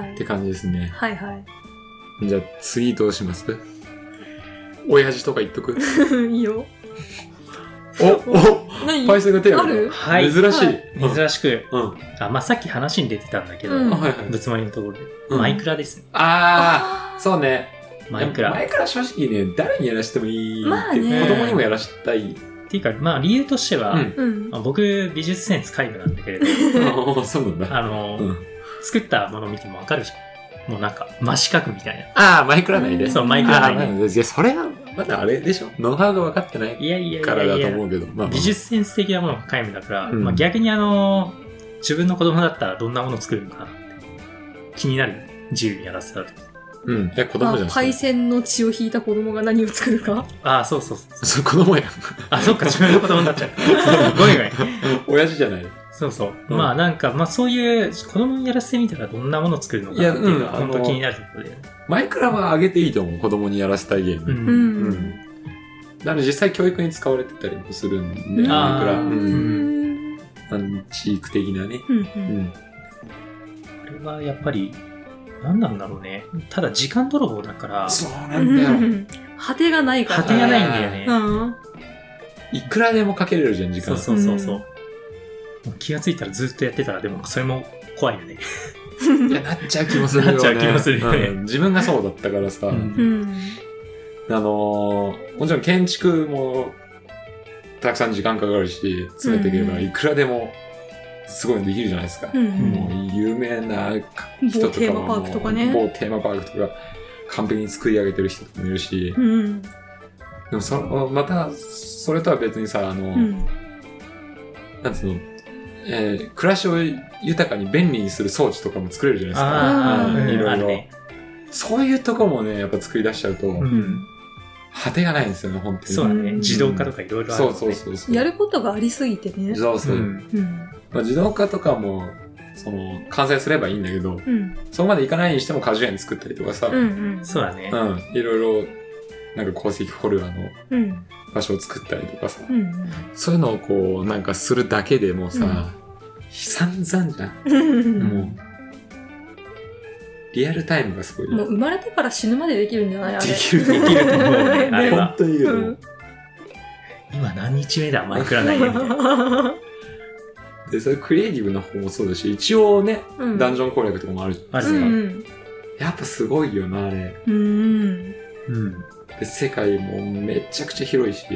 って感じですね。じゃあ次どうします？親父とか言っとく？ いいよ。 何パイセンが手を挙げた。 はい。 珍しい。 珍しく。さっき話に出てたんだけど、ぶつまりのところで。マイクラですね。 そうね。 マイクラ正直ね、誰にやらせてもいいって、子供にもやらしたい。 っていうか、理由としては、僕、美術センス皆無なんだけれど、 そうなんだ。 作ったもの見てもわかるじゃん。もうなんか、真四角みたいな。マイクラ内で。 そう、マイクラ内で。 いや、それは、まだあれでしょ。ノウハウが分かってないからだと思うけど。 美術センス的なものが皆無だから、逆に自分の子供だったらどんなものを作るのかなって気になる。自由にやらせたら。 子供じゃん。 パイセンの血を引いた子供が何を作るか。 そう。 それ子供やん。 そっか、自分の子供になっちゃう。ごめん。 親父じゃない。 そう。そういう子供にやらせてみたらどんなものを作るのかっていうのは本当気になるところで。 マイクラは上げていいと思う。子供にやらせたいゲーム。だから実際教育に使われてたりもするんで、マイクラ。アンチーク的なね。 これはやっぱり、何なんだろうね。ただ時間泥棒だから。 そうなんだよ。 果てがないから。 果てがないんだよね。 いくらでもかけれるじゃん、時間。 そう。気がついたらずっとやってたら、でもそれも怖いよね。 いや、なっちゃう気もするよね。 なっちゃう気もするよね。 自分がそうだったからさ。もちろん建築もたくさん時間かかるし、詰めていけばいくらでもすごいのできるじゃないですか。もう有名な人とかも、某テーマパークとか完璧に作り上げてる人とかもいるし、でもまたそれとは別にさ、なんつうの、暮らしを豊かに便利にする装置とかも作れるじゃないですか。いろいろ。そういうとこもね、やっぱ作り出しちゃうと、果てがないんですよね、本当に。 そうだね。自動化とかいろいろある。 そう。 やることがありすぎてね。 そう。自動化とかも、完成すればいいんだけど、そこまでいかないにしても果樹園作ったりとかさ、 そうだね。 いろいろ、なんか鉱石掘る場所を作ったりとかさ、そういうのをこう、なんかするだけでもさ、散々じゃん。もう、リアルタイムがすごい。 もう生まれてから死ぬまでできるんじゃないあれ。 できると思うね。あれは。本当にいいけど。 今何日目だマイクラ内でみたいな。 で、それクリエイティブな方もそうだし、一応ね、ダンジョン攻略とかもあるじゃないですか。やっぱすごいよな、あれ。で、世界もめちゃくちゃ広いし、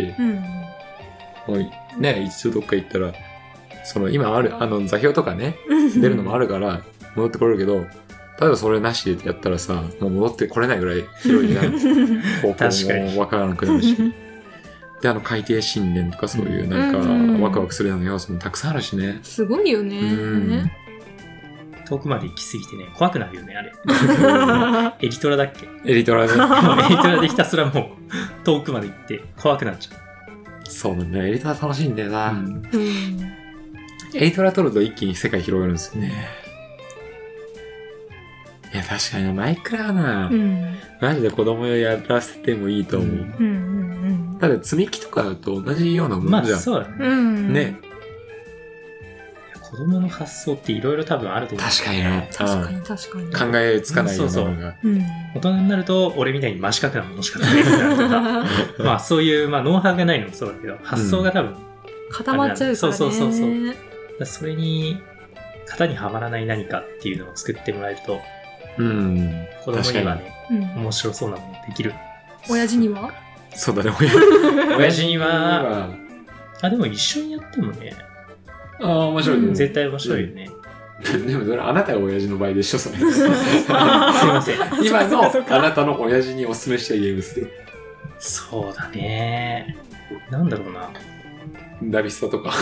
ね、一度どっか行ったら、今ある、座標とかね、出るのもあるから、戻ってこれるけど、例えばそれなしでやったらさ、もう戻ってこれないぐらい広いじゃん。方向もわからなくなるし。で、海底神殿とかそういうなんか、ワクワクするような要素もたくさんあるしね。 すごいよね。 遠くまで行き過ぎてね、怖くなるよね、あれ。エリトラだっけ？ エリトラね。 エリトラでひたすらもう、遠くまで行って怖くなっちゃう。 そうなんだよ。エリトラ楽しいんだよな。エリトラ取ると一気に世界広がるんですよね。いや、確かにマイクラな、マジで子供やらせてもいいと思う。だって積み木とかだと同じようなもんじゃん。 そうだね。ね。子供の発想っていろいろ多分あると思う。 確かにね。 確かに。 考えつかないようなものが。 大人になると、俺みたいに真四角なものしか作れないとか、そういう、ノウハウがないのもそうだけど、発想が多分、 固まっちゃうからね。 そう。それに、型にはまらない何かっていうのを作ってもらえると、子供にはね、面白そうなものできる。 親父には？ そうだね、 親父には、でも一緒にやってもね、 面白いね。 絶対面白いよね。 でもそれあなたが親父の場合でしょ、それ。すいません。 今のあなたの親父にお勧めしたいゲームですよ。 そうだね。なんだろうな。 ダビスタとか。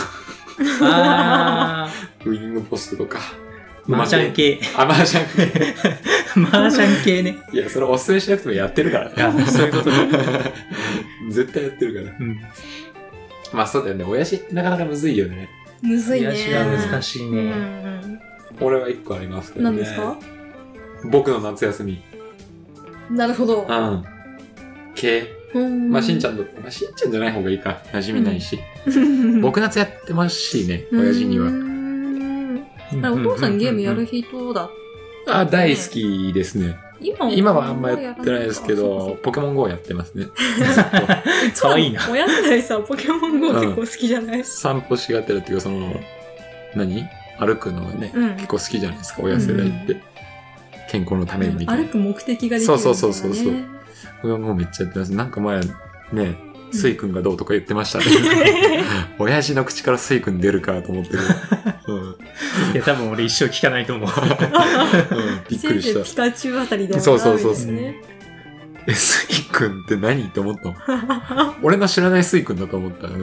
ウィニングポストとか。 マージャン系。 マージャン系。 マージャン系ね。 いや、それお勧めしなくてもやってるからね。そういうことね。 絶対やってるから。そうだよね。親父ってなかなかむずいよね。 むずいね。 親父は難しいね。 俺は一個ありますけどね。 何ですか？ 僕の夏休み。 なるほど。 系。しんちゃんしんちゃんじゃない方がいいか。馴染みないし。僕夏やってますしね、親父には。 お父さんゲームやる人だ。 大好きですね。 今はあんまやってないですけど、ポケモン GO やってますね。 かわいいな。 親世代さ、ポケモン GO 結構好きじゃない？ 散歩しがてるっていうか、歩くのがね、結構好きじゃないですか、親世代って。健康のためにみたいな。 歩く目的ができるみたいなね。 そう。これはもうめっちゃやってます。なんか前ね、スイ君がどうとか言ってましたね。親父の口からスイ君出るかと思ってる。 いや、多分俺一生聞かないと思う。 びっくりした。 ピカチュウあたりで。 そう。スイ君って何って思ったの。俺の知らないスイ君だと思った。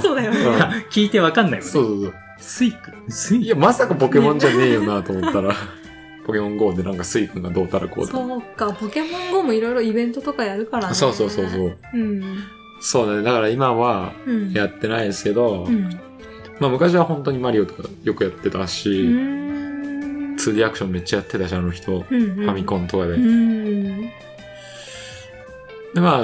そうだよね。 聞いてわかんないもんね。 そう。 スイ君？ いや、まさかポケモンじゃねえよなと思ったら。ポケモン GO でなんかスイ君がどうたらこうだ。 そうか、ポケモン GO もいろいろイベントとかやるからね。 そう。そうだね。だから今はやってないですけど、まあ昔は本当にマリオとかよくやってたし、2D アクションめっちゃやってたし、あの人。ファミコンとかで。で、まあやっぱ、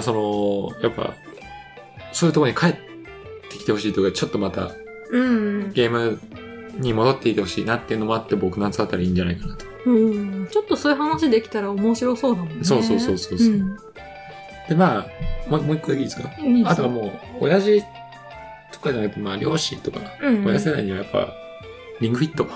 そういうところに帰ってきてほしいとか、ちょっとまた、ゲームに戻っていてほしいなっていうのもあって、僕夏あたりいいんじゃないかなと。 ちょっとそういう話できたら面白そうだもんね。 そう。で、まあ、もう一個だけいいですか？あとはもう、親父とかじゃなくて、まあ、両親とか、親世代にはやっぱ、リングフィット。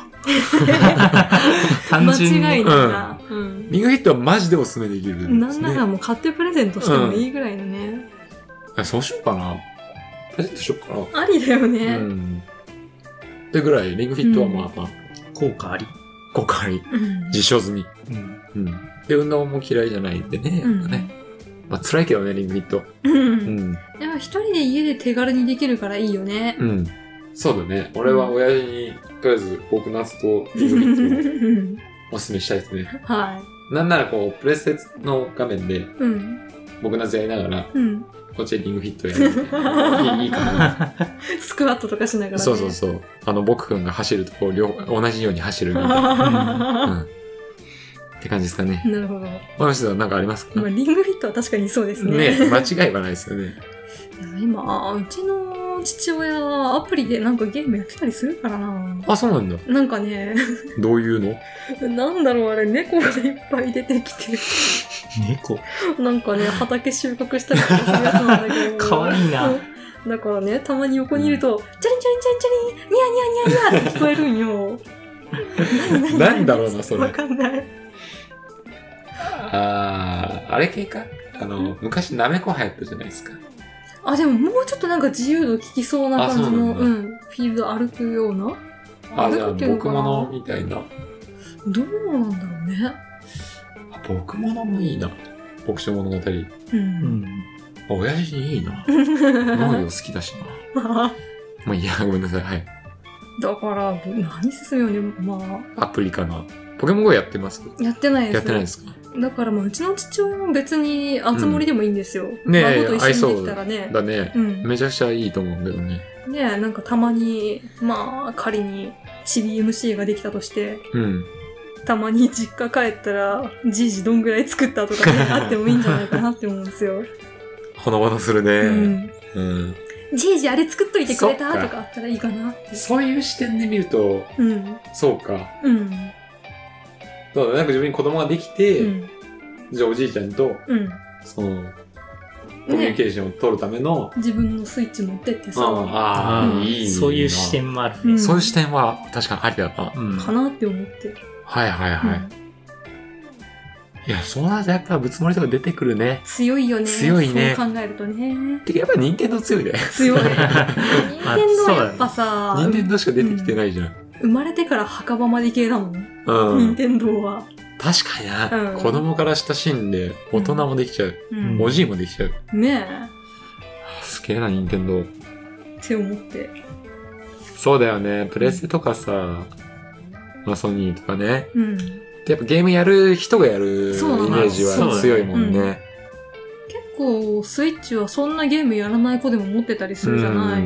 単純に。 間違いないな。 リングフィットはマジでおすすめできるんですね。 なんならもう買ってプレゼントしてもいいぐらいのね。 そうしようかな。プレゼントしようかな。 ありだよね。 ってぐらい、リングフィットはまあ、 効果あり。 実証済み。で、運動も嫌いじゃないんでね、やっぱね。まあ、辛いけどね、リングフィット。 でも一人で家で手軽にできるからいいよね。 そうだね。俺は親父に、とりあえず、僕夏とリングフィットをおすすめしたいですね。 はい。 なんならこう、プレステの画面で、僕夏やりながら、こっちでリングフィットやる。いいかな。 スクワットとかしながらね。 そう。僕くんが走るとこう、同じように走るみたいな。って感じですかね。 なるほど。 山下さんなんかありますか？ リングフィットは確かにそうですね。 ね、間違いはないですよね。 今、うちの父親、アプリでなんかゲームやってたりするからな。 あ、そうなんだ。 なんかね。 どういうの？ なんだろう、あれ、猫がいっぱい出てきて。 猫？ なんかね、畑収穫したりとかするやつなんだけど。 かわいいな。 だからね、たまに横にいると、チャリンチャリンチャリンチャリン、ニヤニヤニヤニヤって聞こえるんよ。 なんだろうな、それ。 わかんない。 あれ系か？昔なめこ流行ったじゃないですか。 あ、でももうちょっとなんか自由度効きそうな感じの、フィールド歩くような。 じゃあ、僕物みたいな。 どうなんだろうね。 僕物もいいな。牧場物語。親父にいいな。農業好きだしな。まあいや、ごめんなさい。はい。だから、何進むよね、まあ。 アプリかな。ポケモン GO やってます？ やってないです。 やってないですか？ だからうちの父親も別にあつ森でもいいんですよ。 ねえ、 孫と一緒にできたらね。 だね。めちゃくちゃいいと思うけどね。 ねえ、なんかたまに、まあ、仮にチビ MC ができたとして、たまに実家帰ったら、じいじどんぐらい作ったとかね、あってもいいんじゃないかなって思うんですよ。 ほのぼのするね。 じいじあれ作っといてくれたとかあったらいいかなって。 そういう視点で見ると、そうか。そうだ、なんか自分に子供ができて、じゃあおじいちゃんと、その、コミュニケーションを取るための、 自分のスイッチ持ってってさ。 いい。 そういう視点もあるね。 そういう視点は確かにありだな。 かなって思って。 はい。いや、そうなるとやっぱぶつもりとか出てくるね。 強いよね。 強いね。 そう考えるとね。 てかやっぱ任天堂強いね。 強い。任天堂やっぱさ、 任天堂しか出てきてないじゃん。 生まれてから墓場まで系だもん。任天堂は。 確かにな。子供から親しんで、大人もできちゃう。おじいもできちゃう。 ねえ。すげえな、任天堂。 って思って。 そうだよね。プレステとかさ、まあソニーとかね。やっぱゲームやる人がやるイメージは強いもんね。 結構スイッチはそんなゲームやらない子でも持ってたりするじゃない。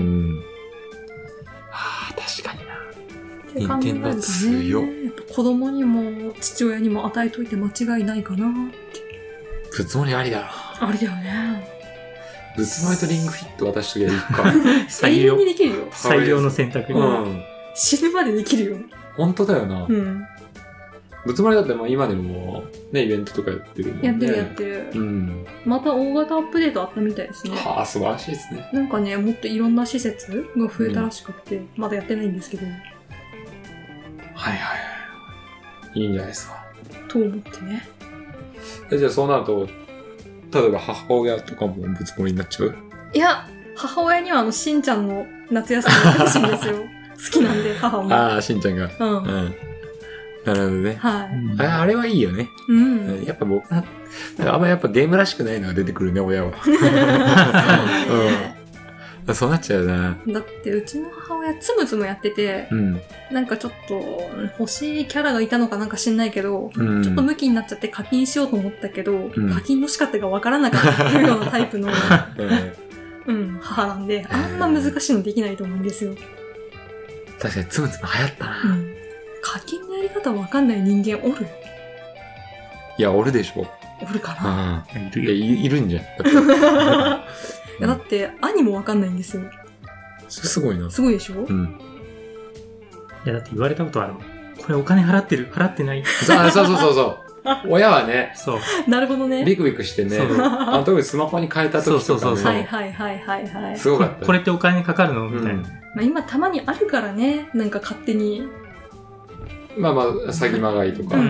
確かにな。任天堂強い。 子供にも父親にも与えといて間違いないかなって。 ぶつもりありだろ。ありだよね。 ぶつもりとリングフィット渡しときゃいいか。 永遠にできるよ。 最良の選択。 死ぬまでできるよ。 本当だよな。 ぶつまりだって今でもね、イベントとかやってるもんね。 やってる。うん。また大型アップデートあったみたいですね。 はあ、素晴らしいですね。 なんかね、もっといろんな施設が増えたらしくって、まだやってないんですけど。はいはい。いいんじゃないですか。 と思ってね。 じゃあそうなると、例えば母親とかもぶつこりになっちゃう？ いや、母親にはしんちゃんの夏休みやってほしいんですよ。好きなんで、母も。 ああ、しんちゃんが。うん。なるほどね。はい。あれはいいよね。うん。やっぱ僕は、あんまやっぱゲームらしくないのが出てくるね、親は。うん。そうなっちゃうな。 だってうちの母親つむつむやってて、うん、なんかちょっと欲しいキャラがいたのかなんか知んないけど、うん、ちょっとムキになっちゃって課金しようと思ったけど、うん、課金の仕方がわからなかったっていうようなタイプの、うん、母なんで、あんま難しいのできないと思うんですよ。 確かにつむつむ流行ったな。うん、 課金のやり方わかんない人間おる？ いや、おるでしょ。 おるかな。 いるんじゃん。 いやだって兄もわかんないんですよ。 すごいな。 すごいでしょ？うん。 いやだって言われたことあるもん。これお金払ってる？払ってない？ そう。親はね。 そう。なるほどね。 ビクビクしてね。特にスマホに変えた時とかね。 はい。 すごかった。 これってお金かかるのみたいな。 まあ今たまにあるからね。なんか勝手に。 まあ詐欺まがいとか。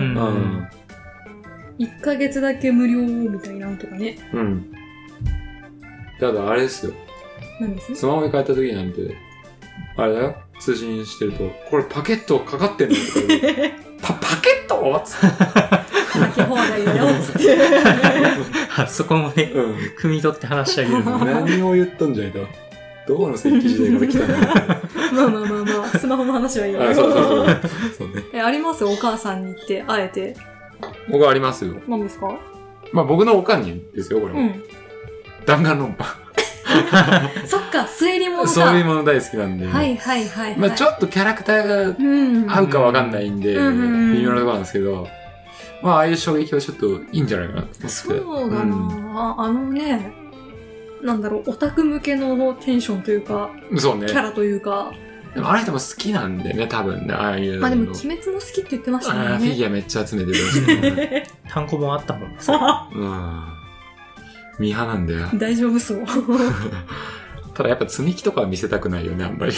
1ヶ月だけ無料みたいなのとかね。うん。 ただあれですよ。 何です？ スマホに変えた時なんて、あれだよ。通信してると、これパケットかかってんのとか言うパケットつって。 かけ放題だよつって。 あそこもね、汲み取って話してあげるの。 何を言ったんじゃないか。どこの石器時代から来たんだまあ、スマホの話はいいよ。 そうね。 ありますよ、お母さんに言って、あえて。 僕はありますよ。 何ですか？ まあ僕のおかんにですよ、これも。弾丸論破。 そっか、推理物だ。 推理物大好きなんで。 はい。 まあちょっとキャラクターが合うかわかんないんで、微妙なところなんですけど、まあああいう衝撃はちょっといいんじゃないかなと思って。 そうだな、ね、なんだろう、オタク向けのテンションというか、 そうね。 キャラというか。 でもあの人も好きなんでね、多分ね、ああいう。 まあでも、鬼滅も好きって言ってましたね。 フィギュアめっちゃ集めてるしね。 単行本あったもん。 ミーハーなんだよ。 大丈夫そう。 ただやっぱ積み木とかは見せたくないよね、あんまり。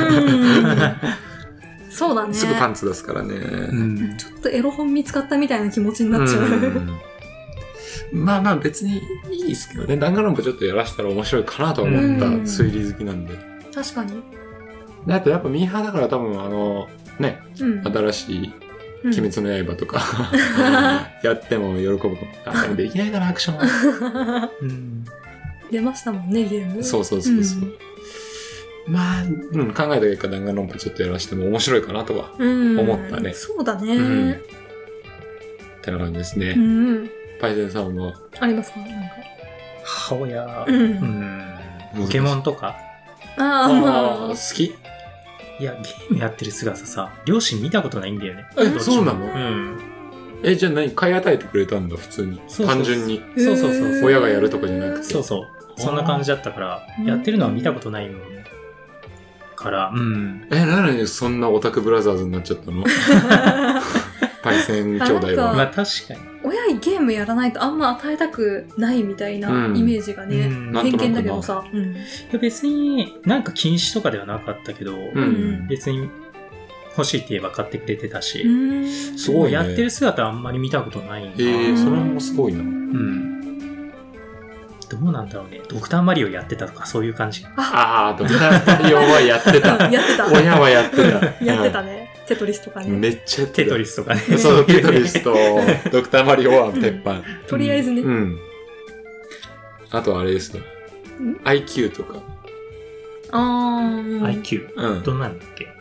そうだね。 すぐパンツ出すからね。 ちょっとエロ本見つかったみたいな気持ちになっちゃう。 まあ別にいいですけどね。弾丸論破ちょっとやらせたら面白いかなと思った推理好きなんで。 確かに。 あとやっぱミーハーだから多分ね、新しい鬼滅の刃とかやっても喜ぶかも。でもできないかな、アクション。出ましたもんね、ゲーム。 そう。まあ、考えた結果弾丸論破ちょっとやらせても面白いかなとは思ったね。 そうだね。 ってな感じですね。パイセンさんはありますか？なんか母親、ポケモンとか。 好き？ いや、ゲームやってる姿さ、両親見たことないんだよね。 そうなの？じゃあ買い与えてくれたんだ、普通に。単純に。 そう。 親がやるとかじゃなくて。 そう。そんな感じだったから、やってるのは見たことないもん。から、 なのにそんなオタクブラザーズになっちゃったの？パイセン兄弟は。 まあ確かに。 親にゲームやらないとあんま与えたくないみたいなイメージがね、偏見だけどさ。いや別になんか禁止とかではなかったけど、別に欲しいって言えば買ってくれてたし、 すごいね。 やってる姿あんまり見たことないんだ。 それもすごいな。 どうなんだろうね。ドクターマリオやってたとかそういう感じ。 ドクターマリオはやってた。親はやってた。 やってたね。テトリスとかね。 めっちゃテトリスとかね。 そう、テトリスとドクターマリオは鉄板。 とりあえずね。 あとあれですよ。IQ とか。 IQ？ どんなんだっけ？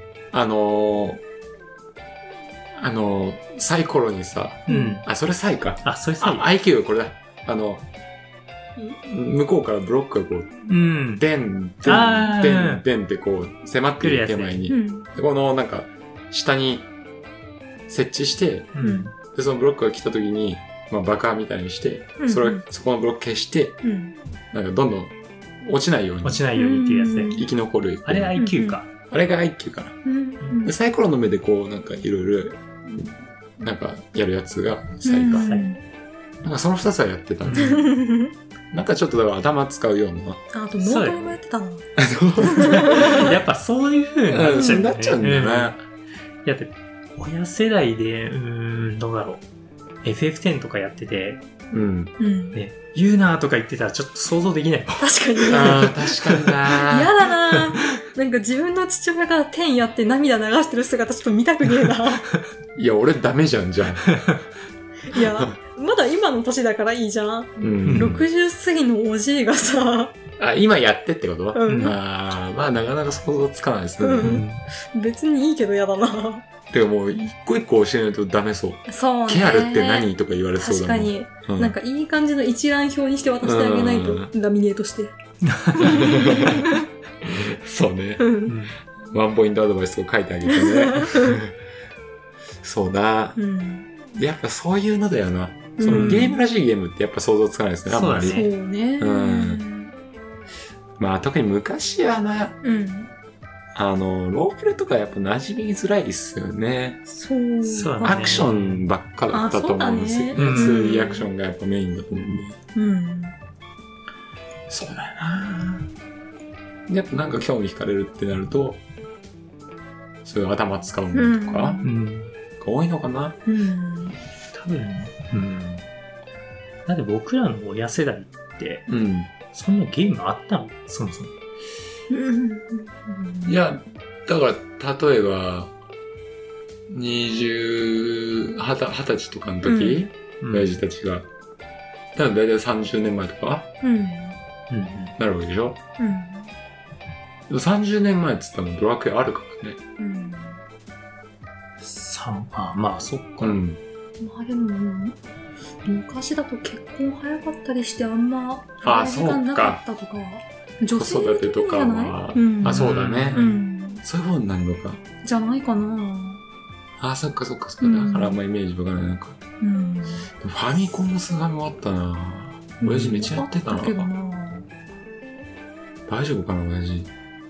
サイコロにさ、それサイか。 それサイ。 IQ これだ。向こうからブロックがこう、でんってこう、迫っている手前に。このなんか、下に設置して、で、そのブロックが来た時に、爆破みたいにして、そこのブロック消して、なんかどんどん落ちないように。 落ちないようにっていうやつで。 生き残る。 あれ IQ か。 あれが IQ かな。でサイコロの目でこう、なんかいろいろなんかやるやつがサイか。なんかその2つはやってたんで。なんかちょっとだから頭使うような。 あとノートもやってたな。 やっぱそういう風になっちゃうんだよね。 やって、親世代で、どうだろう。FF10 とかやってて、ね、言うなとか言ってたらちょっと想像できない。 確かに。 確かにな。 嫌だな。なんか自分の父親が10やって涙流してる姿ちょっと見たくねえな。 いや、俺ダメじゃん、じゃん。 いや、まだ今の年だからいいじゃん。60過ぎのおじいがさ。 あ、今やってってこと？まあなかなか想像つかないですね。 別にいいけど嫌だな。 てかもう一個一個教えないとダメそう。 そうね。 ケアルって何とか言われそうだもん。 確かに。なんかいい感じの一覧表にして渡してあげないと、ラミネートして。 そうね。ワンポイントアドバイスを書いてあげてね。そうだ。やっぱそういうのだよな。そのゲームらしいゲームってやっぱ想像つかないですね、あんまり。 そうね。 まあ特に昔はな、ロープレとかやっぱ馴染みづらいっすよね。 そう。 アクションばっかだったと思うんですよ。2D アクションがやっぱメインだと思うんで。そうだよな。やっぱなんか興味惹かれるってなると、そういう頭使うのとか、が多いのかな。 多分、だって僕らの親世代って、そんなゲームあったの？そもそも。 いや、だから、例えば、20歳とかの時、親父たちが、だいたい30年前とか、なるわけでしょ。でも30年前って言ったらドラクエあるからね。 まあ、そっか。 まあでも、昔だと結婚早かったりしてあんま、時間なかったとか。女性子育てとかは、そうだね。そういう方になるのか。 じゃないかな。 そっか。だからあんまイメージわからないのか。ファミコンのスガメもあったな。親父めっちゃやってたな。大丈夫かな、親父。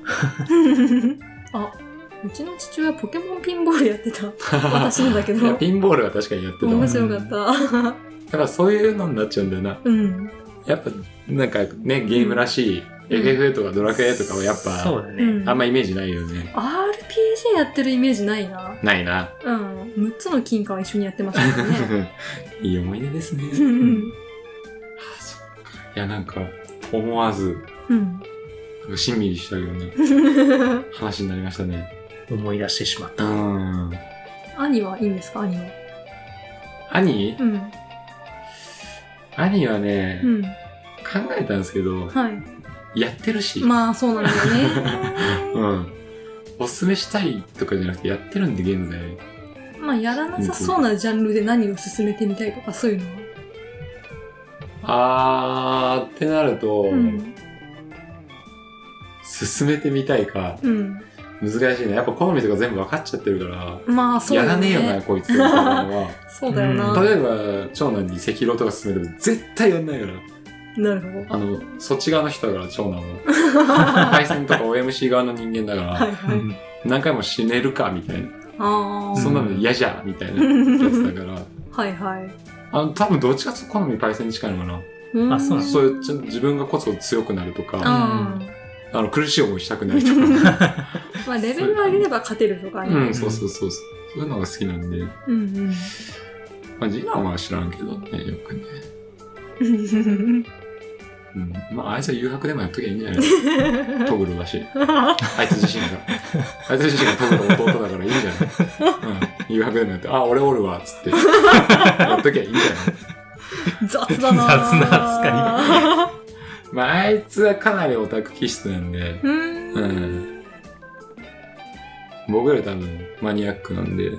うちの父親ポケモンピンボールやってた。私のだけど。 ピンボールは確かにやってた。 面白かった。 やっぱそういうのになっちゃうんだよな。やっぱなんかね、ゲームらしい。FF とかドラクエとかはやっぱ、そうだね。あんまイメージないよね。 RPG やってるイメージないな。 ないな。 6つの金貨は一緒にやってましたね。 いい思い出ですね。いや、なんか、思わず、しんみりしたような話になりましたね。 思い出してしまった。 兄はいいんですか、兄は。 兄兄はね、考えたんですけど、やってるし。 まあ、そうなんだよね。 おすすめしたいとかじゃなくて、やってるんで、現在。 まあ、やらなさそうなジャンルで何を進めてみたいとか、そういうのは。ってなると、進めてみたいか。難しいね。やっぱ好みとか全部分かっちゃってるから。 まあ、そうやらねえよな、こいつ。 そうだよな。 例えば、長男に赤狼とか進めても絶対やんないから。 なるほど。 そっち側の人だから、長男は。対戦とか OMC 側の人間だから、何回も死ねるか、みたいな。そんなの嫌じゃ、みたいなやつだから。多分どっちかというと好みパイセンに近いのかな。そういう、自分がコツコツ強くなるとか、苦しい思いしたくないとか。 まあ、レベル上げれば勝てるとかね。 そう。そういうのが好きなんで。まあ、次男は知らんけどね、よくね。まあ、あいつは誘白でもやっときゃいいんじゃないトグロだし。あいつ自身がトグロ弟だからいいんじゃない誘白でもやって、俺おるわ、つって。やっときゃいいんじゃない雑だな雑な扱い。 まあ、あいつはかなりオタク気質なんで、僕より多分マニアックなんで。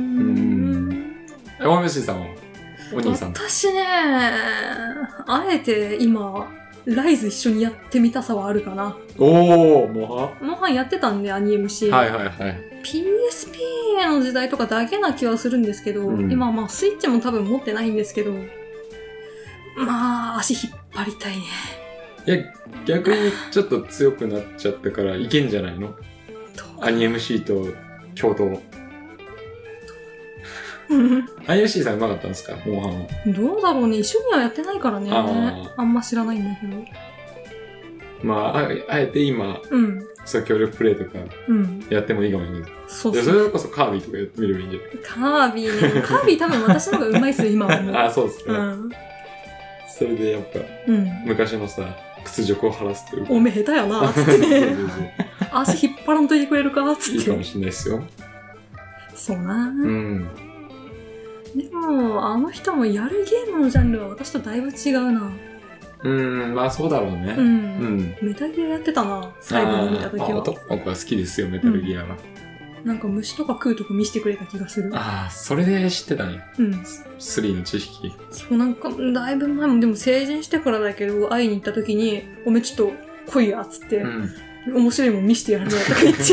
大飯さんはお兄さん。 私ね、あえて今、ライズ一緒にやってみたさはあるかな。 もはんやってたんで、アニ MC。PSP の時代とかだけな気はするんですけど、今まあスイッチも多分持ってないんですけど、まあ、足引っ張りたいね。 いや、逆にちょっと強くなっちゃったからいけんじゃないの？アニ MC と共闘。 IFC さんうまかったんですか、モンハンは。 どうだろうね。一緒にはやってないからね。あんま知らないんだけど。 まあ、あえて今、そう協力プレイとかやってもいいかもしれない。そうそう。それこそカービィとかやってみればいいんじゃない？ カービィね。カービィ多分私の方が上手いっすよ、今は。 あ、そうですね。それでやっぱ、昔のさ、屈辱を晴らすというか。 おめえ下手やな、つってね。足引っ張らんといてくれるか、つって。 いいかもしれないですよ。 そうな。でも、あの人もやるゲームのジャンルは私とだいぶ違うな。 まあそうだろうね。 メタルギアやってたな、最後に見たときは。 男の子は好きですよ、メタルギアは。 なんか虫とか食うとこ見せてくれた気がする。 ああ、それで知ってたね。3の知識。 そう、なんか、だいぶ前も、でも成人してからだけど、会いに行ったときに、おめちょっと来いや、つって、面白いもん見せてやるや、とか言って。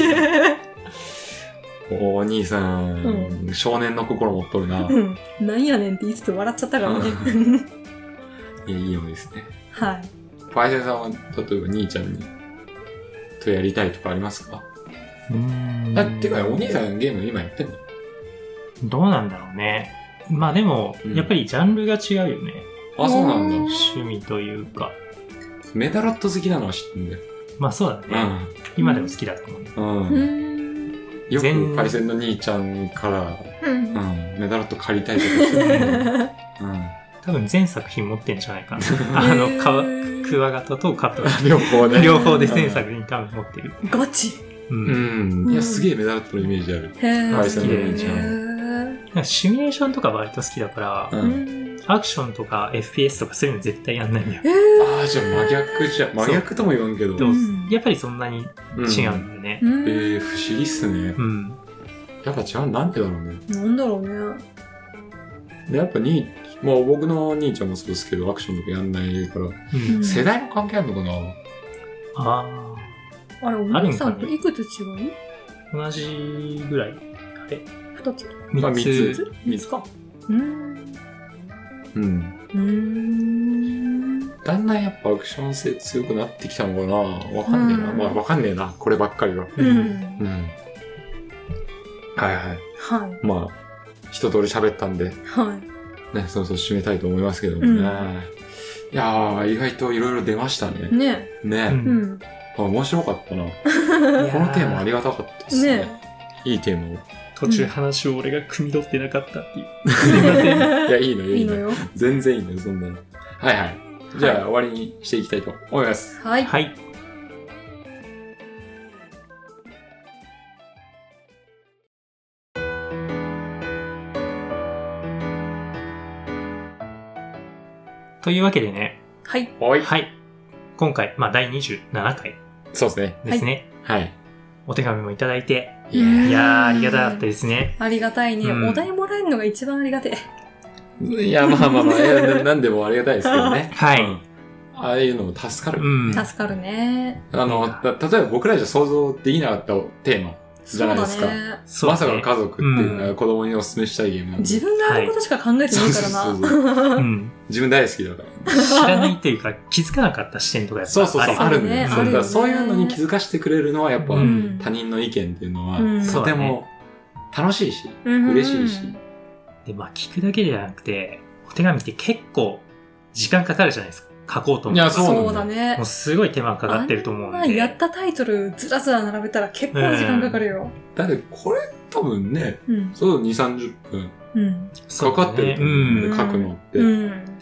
お兄さん、少年の心持っとるな。 なんやねんって言いつつ笑っちゃったからね。 いや、いいようですね。 はい。 パイセンさんは、例えば兄ちゃんに、とやりたいとかありますか？てか、お兄さんゲーム今やってんの？ どうなんだろうね。まあでも、やっぱりジャンルが違うよね。 あ、そうなんだ。 趣味というか。 メダロット好きなのは知ってんだよ。 まあそうだね。今でも好きだと思う。 よくパイセンの兄ちゃんから、メダロット借りたいとかしてる。 多分全作品持ってんじゃないかな。クワガタとカット両方ね。 両方で全作品多分持ってる。 ガチ。 いや、すげえメダロットのイメージある。パイセンの兄ちゃん。 シミュレーションとか割と好きだから、アクションとか FPS とかそういうの絶対やんないんだよ。 ああ、じゃあ真逆とも言わんけど。 やっぱりそんなに違うんだよね。 不思議っすね。やっぱ違う、なんでだろうね。 なんだろうね。 やっぱまあ僕の兄ちゃんもそうですけど、アクションとかやんないから、世代の関係あるのかな？ あれ、お兄さんといくつ違う？ 同じぐらい。あれ ？2つ。 3つか。 だんだんやっぱアクション性強くなってきたのかな？わかんねえな。まあわかんねえな。こればっかりは。はい。まあ、一通り喋ったんで。ね、そろそろ締めたいと思いますけどもね。いやー、意外といろいろ出ましたね。ね。面白かったな。このテーマありがたかったですね。いいテーマを。 途中話を俺が汲み取ってなかったっていう。すいません。 いや、いいのよ。全然いいのよ、そんなの。はい。じゃあ、終わりにしていきたいと思います。 はい。 というわけでね。 はい。 今回、まあ、第27回。 そうですね。 ですね。 はい。 お手紙もいただいて。いやー、ありがたかったですね。 ありがたいね。お題もらえるのが一番ありがてえ。いや、まあ、なんでもありがたいですけどね。 はい。 ああいうのも助かる。 助かるね。 例えば僕らじゃ想像できなかったテーマじゃないですか。まさかの家族っていうのは子供にお勧めしたいゲームなんで。 自分がやることしか考えてないからな。 自分大好きだから。 知らないっていうか気づかなかった視点とかやっぱあるね。そういうのに気づかせてくれるのはやっぱ他人の意見っていうのはとても楽しいし、嬉しいし。 で、まあ聞くだけじゃなくて、お手紙って結構時間かかるじゃないですか。書こうと思って。 いや、 そうだね。 もうすごい手間かかってると思うんで。 やったタイトルずらずら並べたら結構時間かかるよ。 だってこれ多分ね、そう2、30分かかってると思うんで書くのって。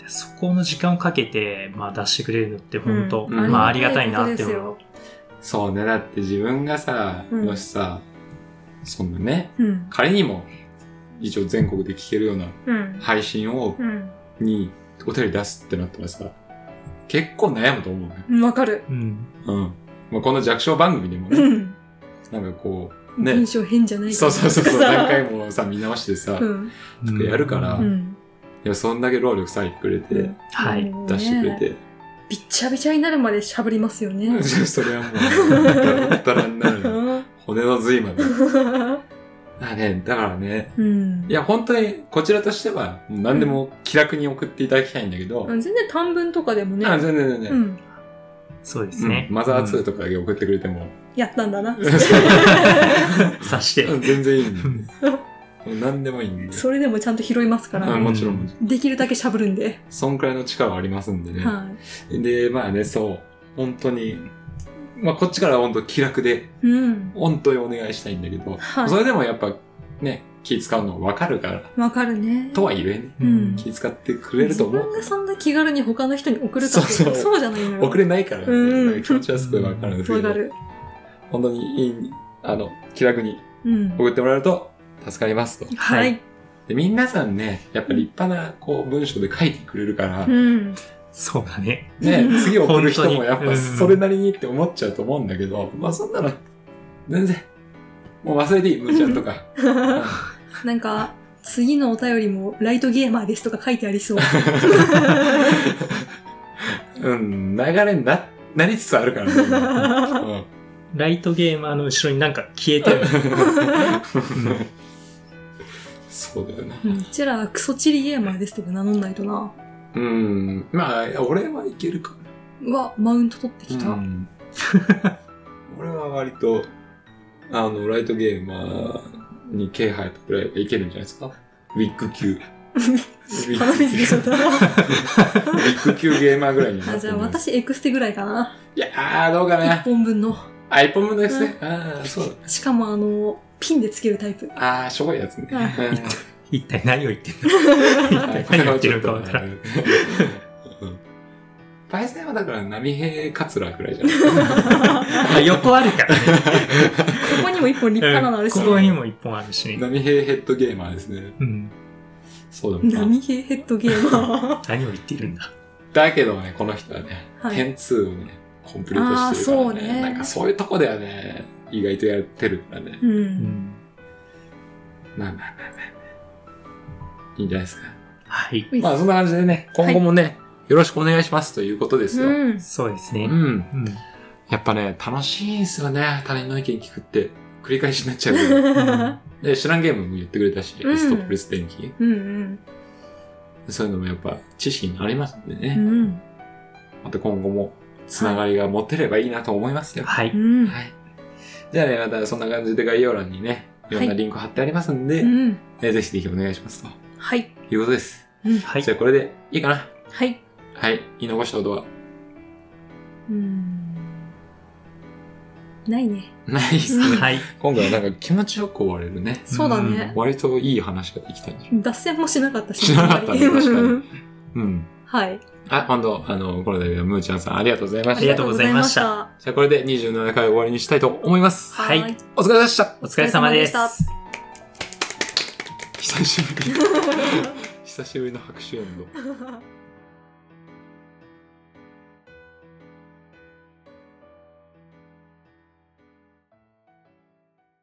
そこの時間をかけて、まあ出してくれるのって本当、まあありがたいなって思う。 そうね、だって自分がさ、もしさ、そんなね、仮にも一応全国で聞けるような配信にお便り出すってなったらさ、結構悩むと思うね。 わかる。 まあ、この弱小番組でもね、なんかこう、ね。 文章変じゃないか。そう。何回もさ、見直してさ、やるから、いや、そんだけ労力割いてくれて、出してくれて。 びっちゃびちゃになるまで喋りますよね。 それはもう、だったらになる。骨の髄まで。だからね、いや、本当に、こちらとしては、何でも気楽に送っていただきたいんだけど。 全然短文とかでもね。 全然。 そうですね。 マザー2とかだけ送ってくれても。 やったんだな。 察して。 全然いい。 何でもいいんで。 それでもちゃんと拾いますからね。 もちろん。 できるだけしゃぶるんで。 そんくらいの力はありますんでね。はい。で、まあね、そう。本当に、まあこっちからは本当気楽で、本当にお願いしたいんだけど、それでもやっぱね、気使うの分かるから。 分かるね。 とはいえね、気使ってくれると思う。 自分がそんな気軽に他の人に送るかってそうじゃないのよ。 送れないから、気持ちはすごい分かるんですけど。分かる。本当に気楽に送ってもらえると助かりますと。 はい。 で、皆さんね、やっぱり立派な文章で書いてくれるから、 そうだね。 ね、次送る人もやっぱそれなりにって思っちゃうと思うんだけど、まあそんなの、全然、もう忘れていい、むーちゃんとか。 なんか、次のお便りもライトゲーマーですとか書いてありそう。 流れになりつつあるからね。 ライトゲーマーの後ろになんか消えてる。 そうだよね。 うちらはクソチリゲーマーですとか名乗んないとな。 まあ、俺はいけるかな。マウント取ってきた。 俺は割と、ライトゲーマーに毛生えたくらいはいけるんじゃないですか。ウィッグ級。 鼻水でしょ、ただ。 ウィッグ級ゲーマーぐらいになってる。 じゃあ私エクステぐらいかな。 いやー、どうかな。 1本分の。 1本分ですね。そうだ。 しかもピンでつけるタイプ。 しょぼいやつね。 一体何を言ってんの？何を言ってるかわからん。 パイセンはだから波平カツラぐらいじゃない横あるからね。 ここにも一本立派なのあるし。 ここにも一本あるし。 波平ヘッドゲーマーですね。そうだもんな。 波平ヘッドゲーマー。何を言っているんだ。 だけどね、この人はね、点2をね、コンプリートしてるからね。なんかそういうとこではね、意外とやってるからね。まあ。いいんじゃないですか。 はい。 まあそんな感じでね、今後もね、よろしくお願いしますということですよ。 そうですね。 やっぱね、楽しいですよね。他人の意見聞くって。繰り返しになっちゃうけど。で、知らんゲームも言ってくれたし、ストップレス電気。そういうのもやっぱ知識になりますんでね。また今後もつながりが持てればいいなと思いますよ。 はい。 じゃあね、またそんな感じで概要欄にね、いろんなリンク貼ってありますんで、ぜひぜひお願いしますと。 はい。 いうことです。 はい。 じゃあこれでいいかな。 はい。 はい。言い残したことはないね。 ないっすね。 はい。 今回はなんか気持ちよく終われるね。 そうだね。 割といい話ができたんじゃん。脱線もしなかったし。 しなかったね、確かに。 はい。 本当この度はムーちゃんさんありがとうございました。 ありがとうございました。 じゃあこれで27回終わりにしたいと思います。 はい。 お疲れ様でした。 お疲れ様です。 久しぶり。久しぶりの拍手エンド。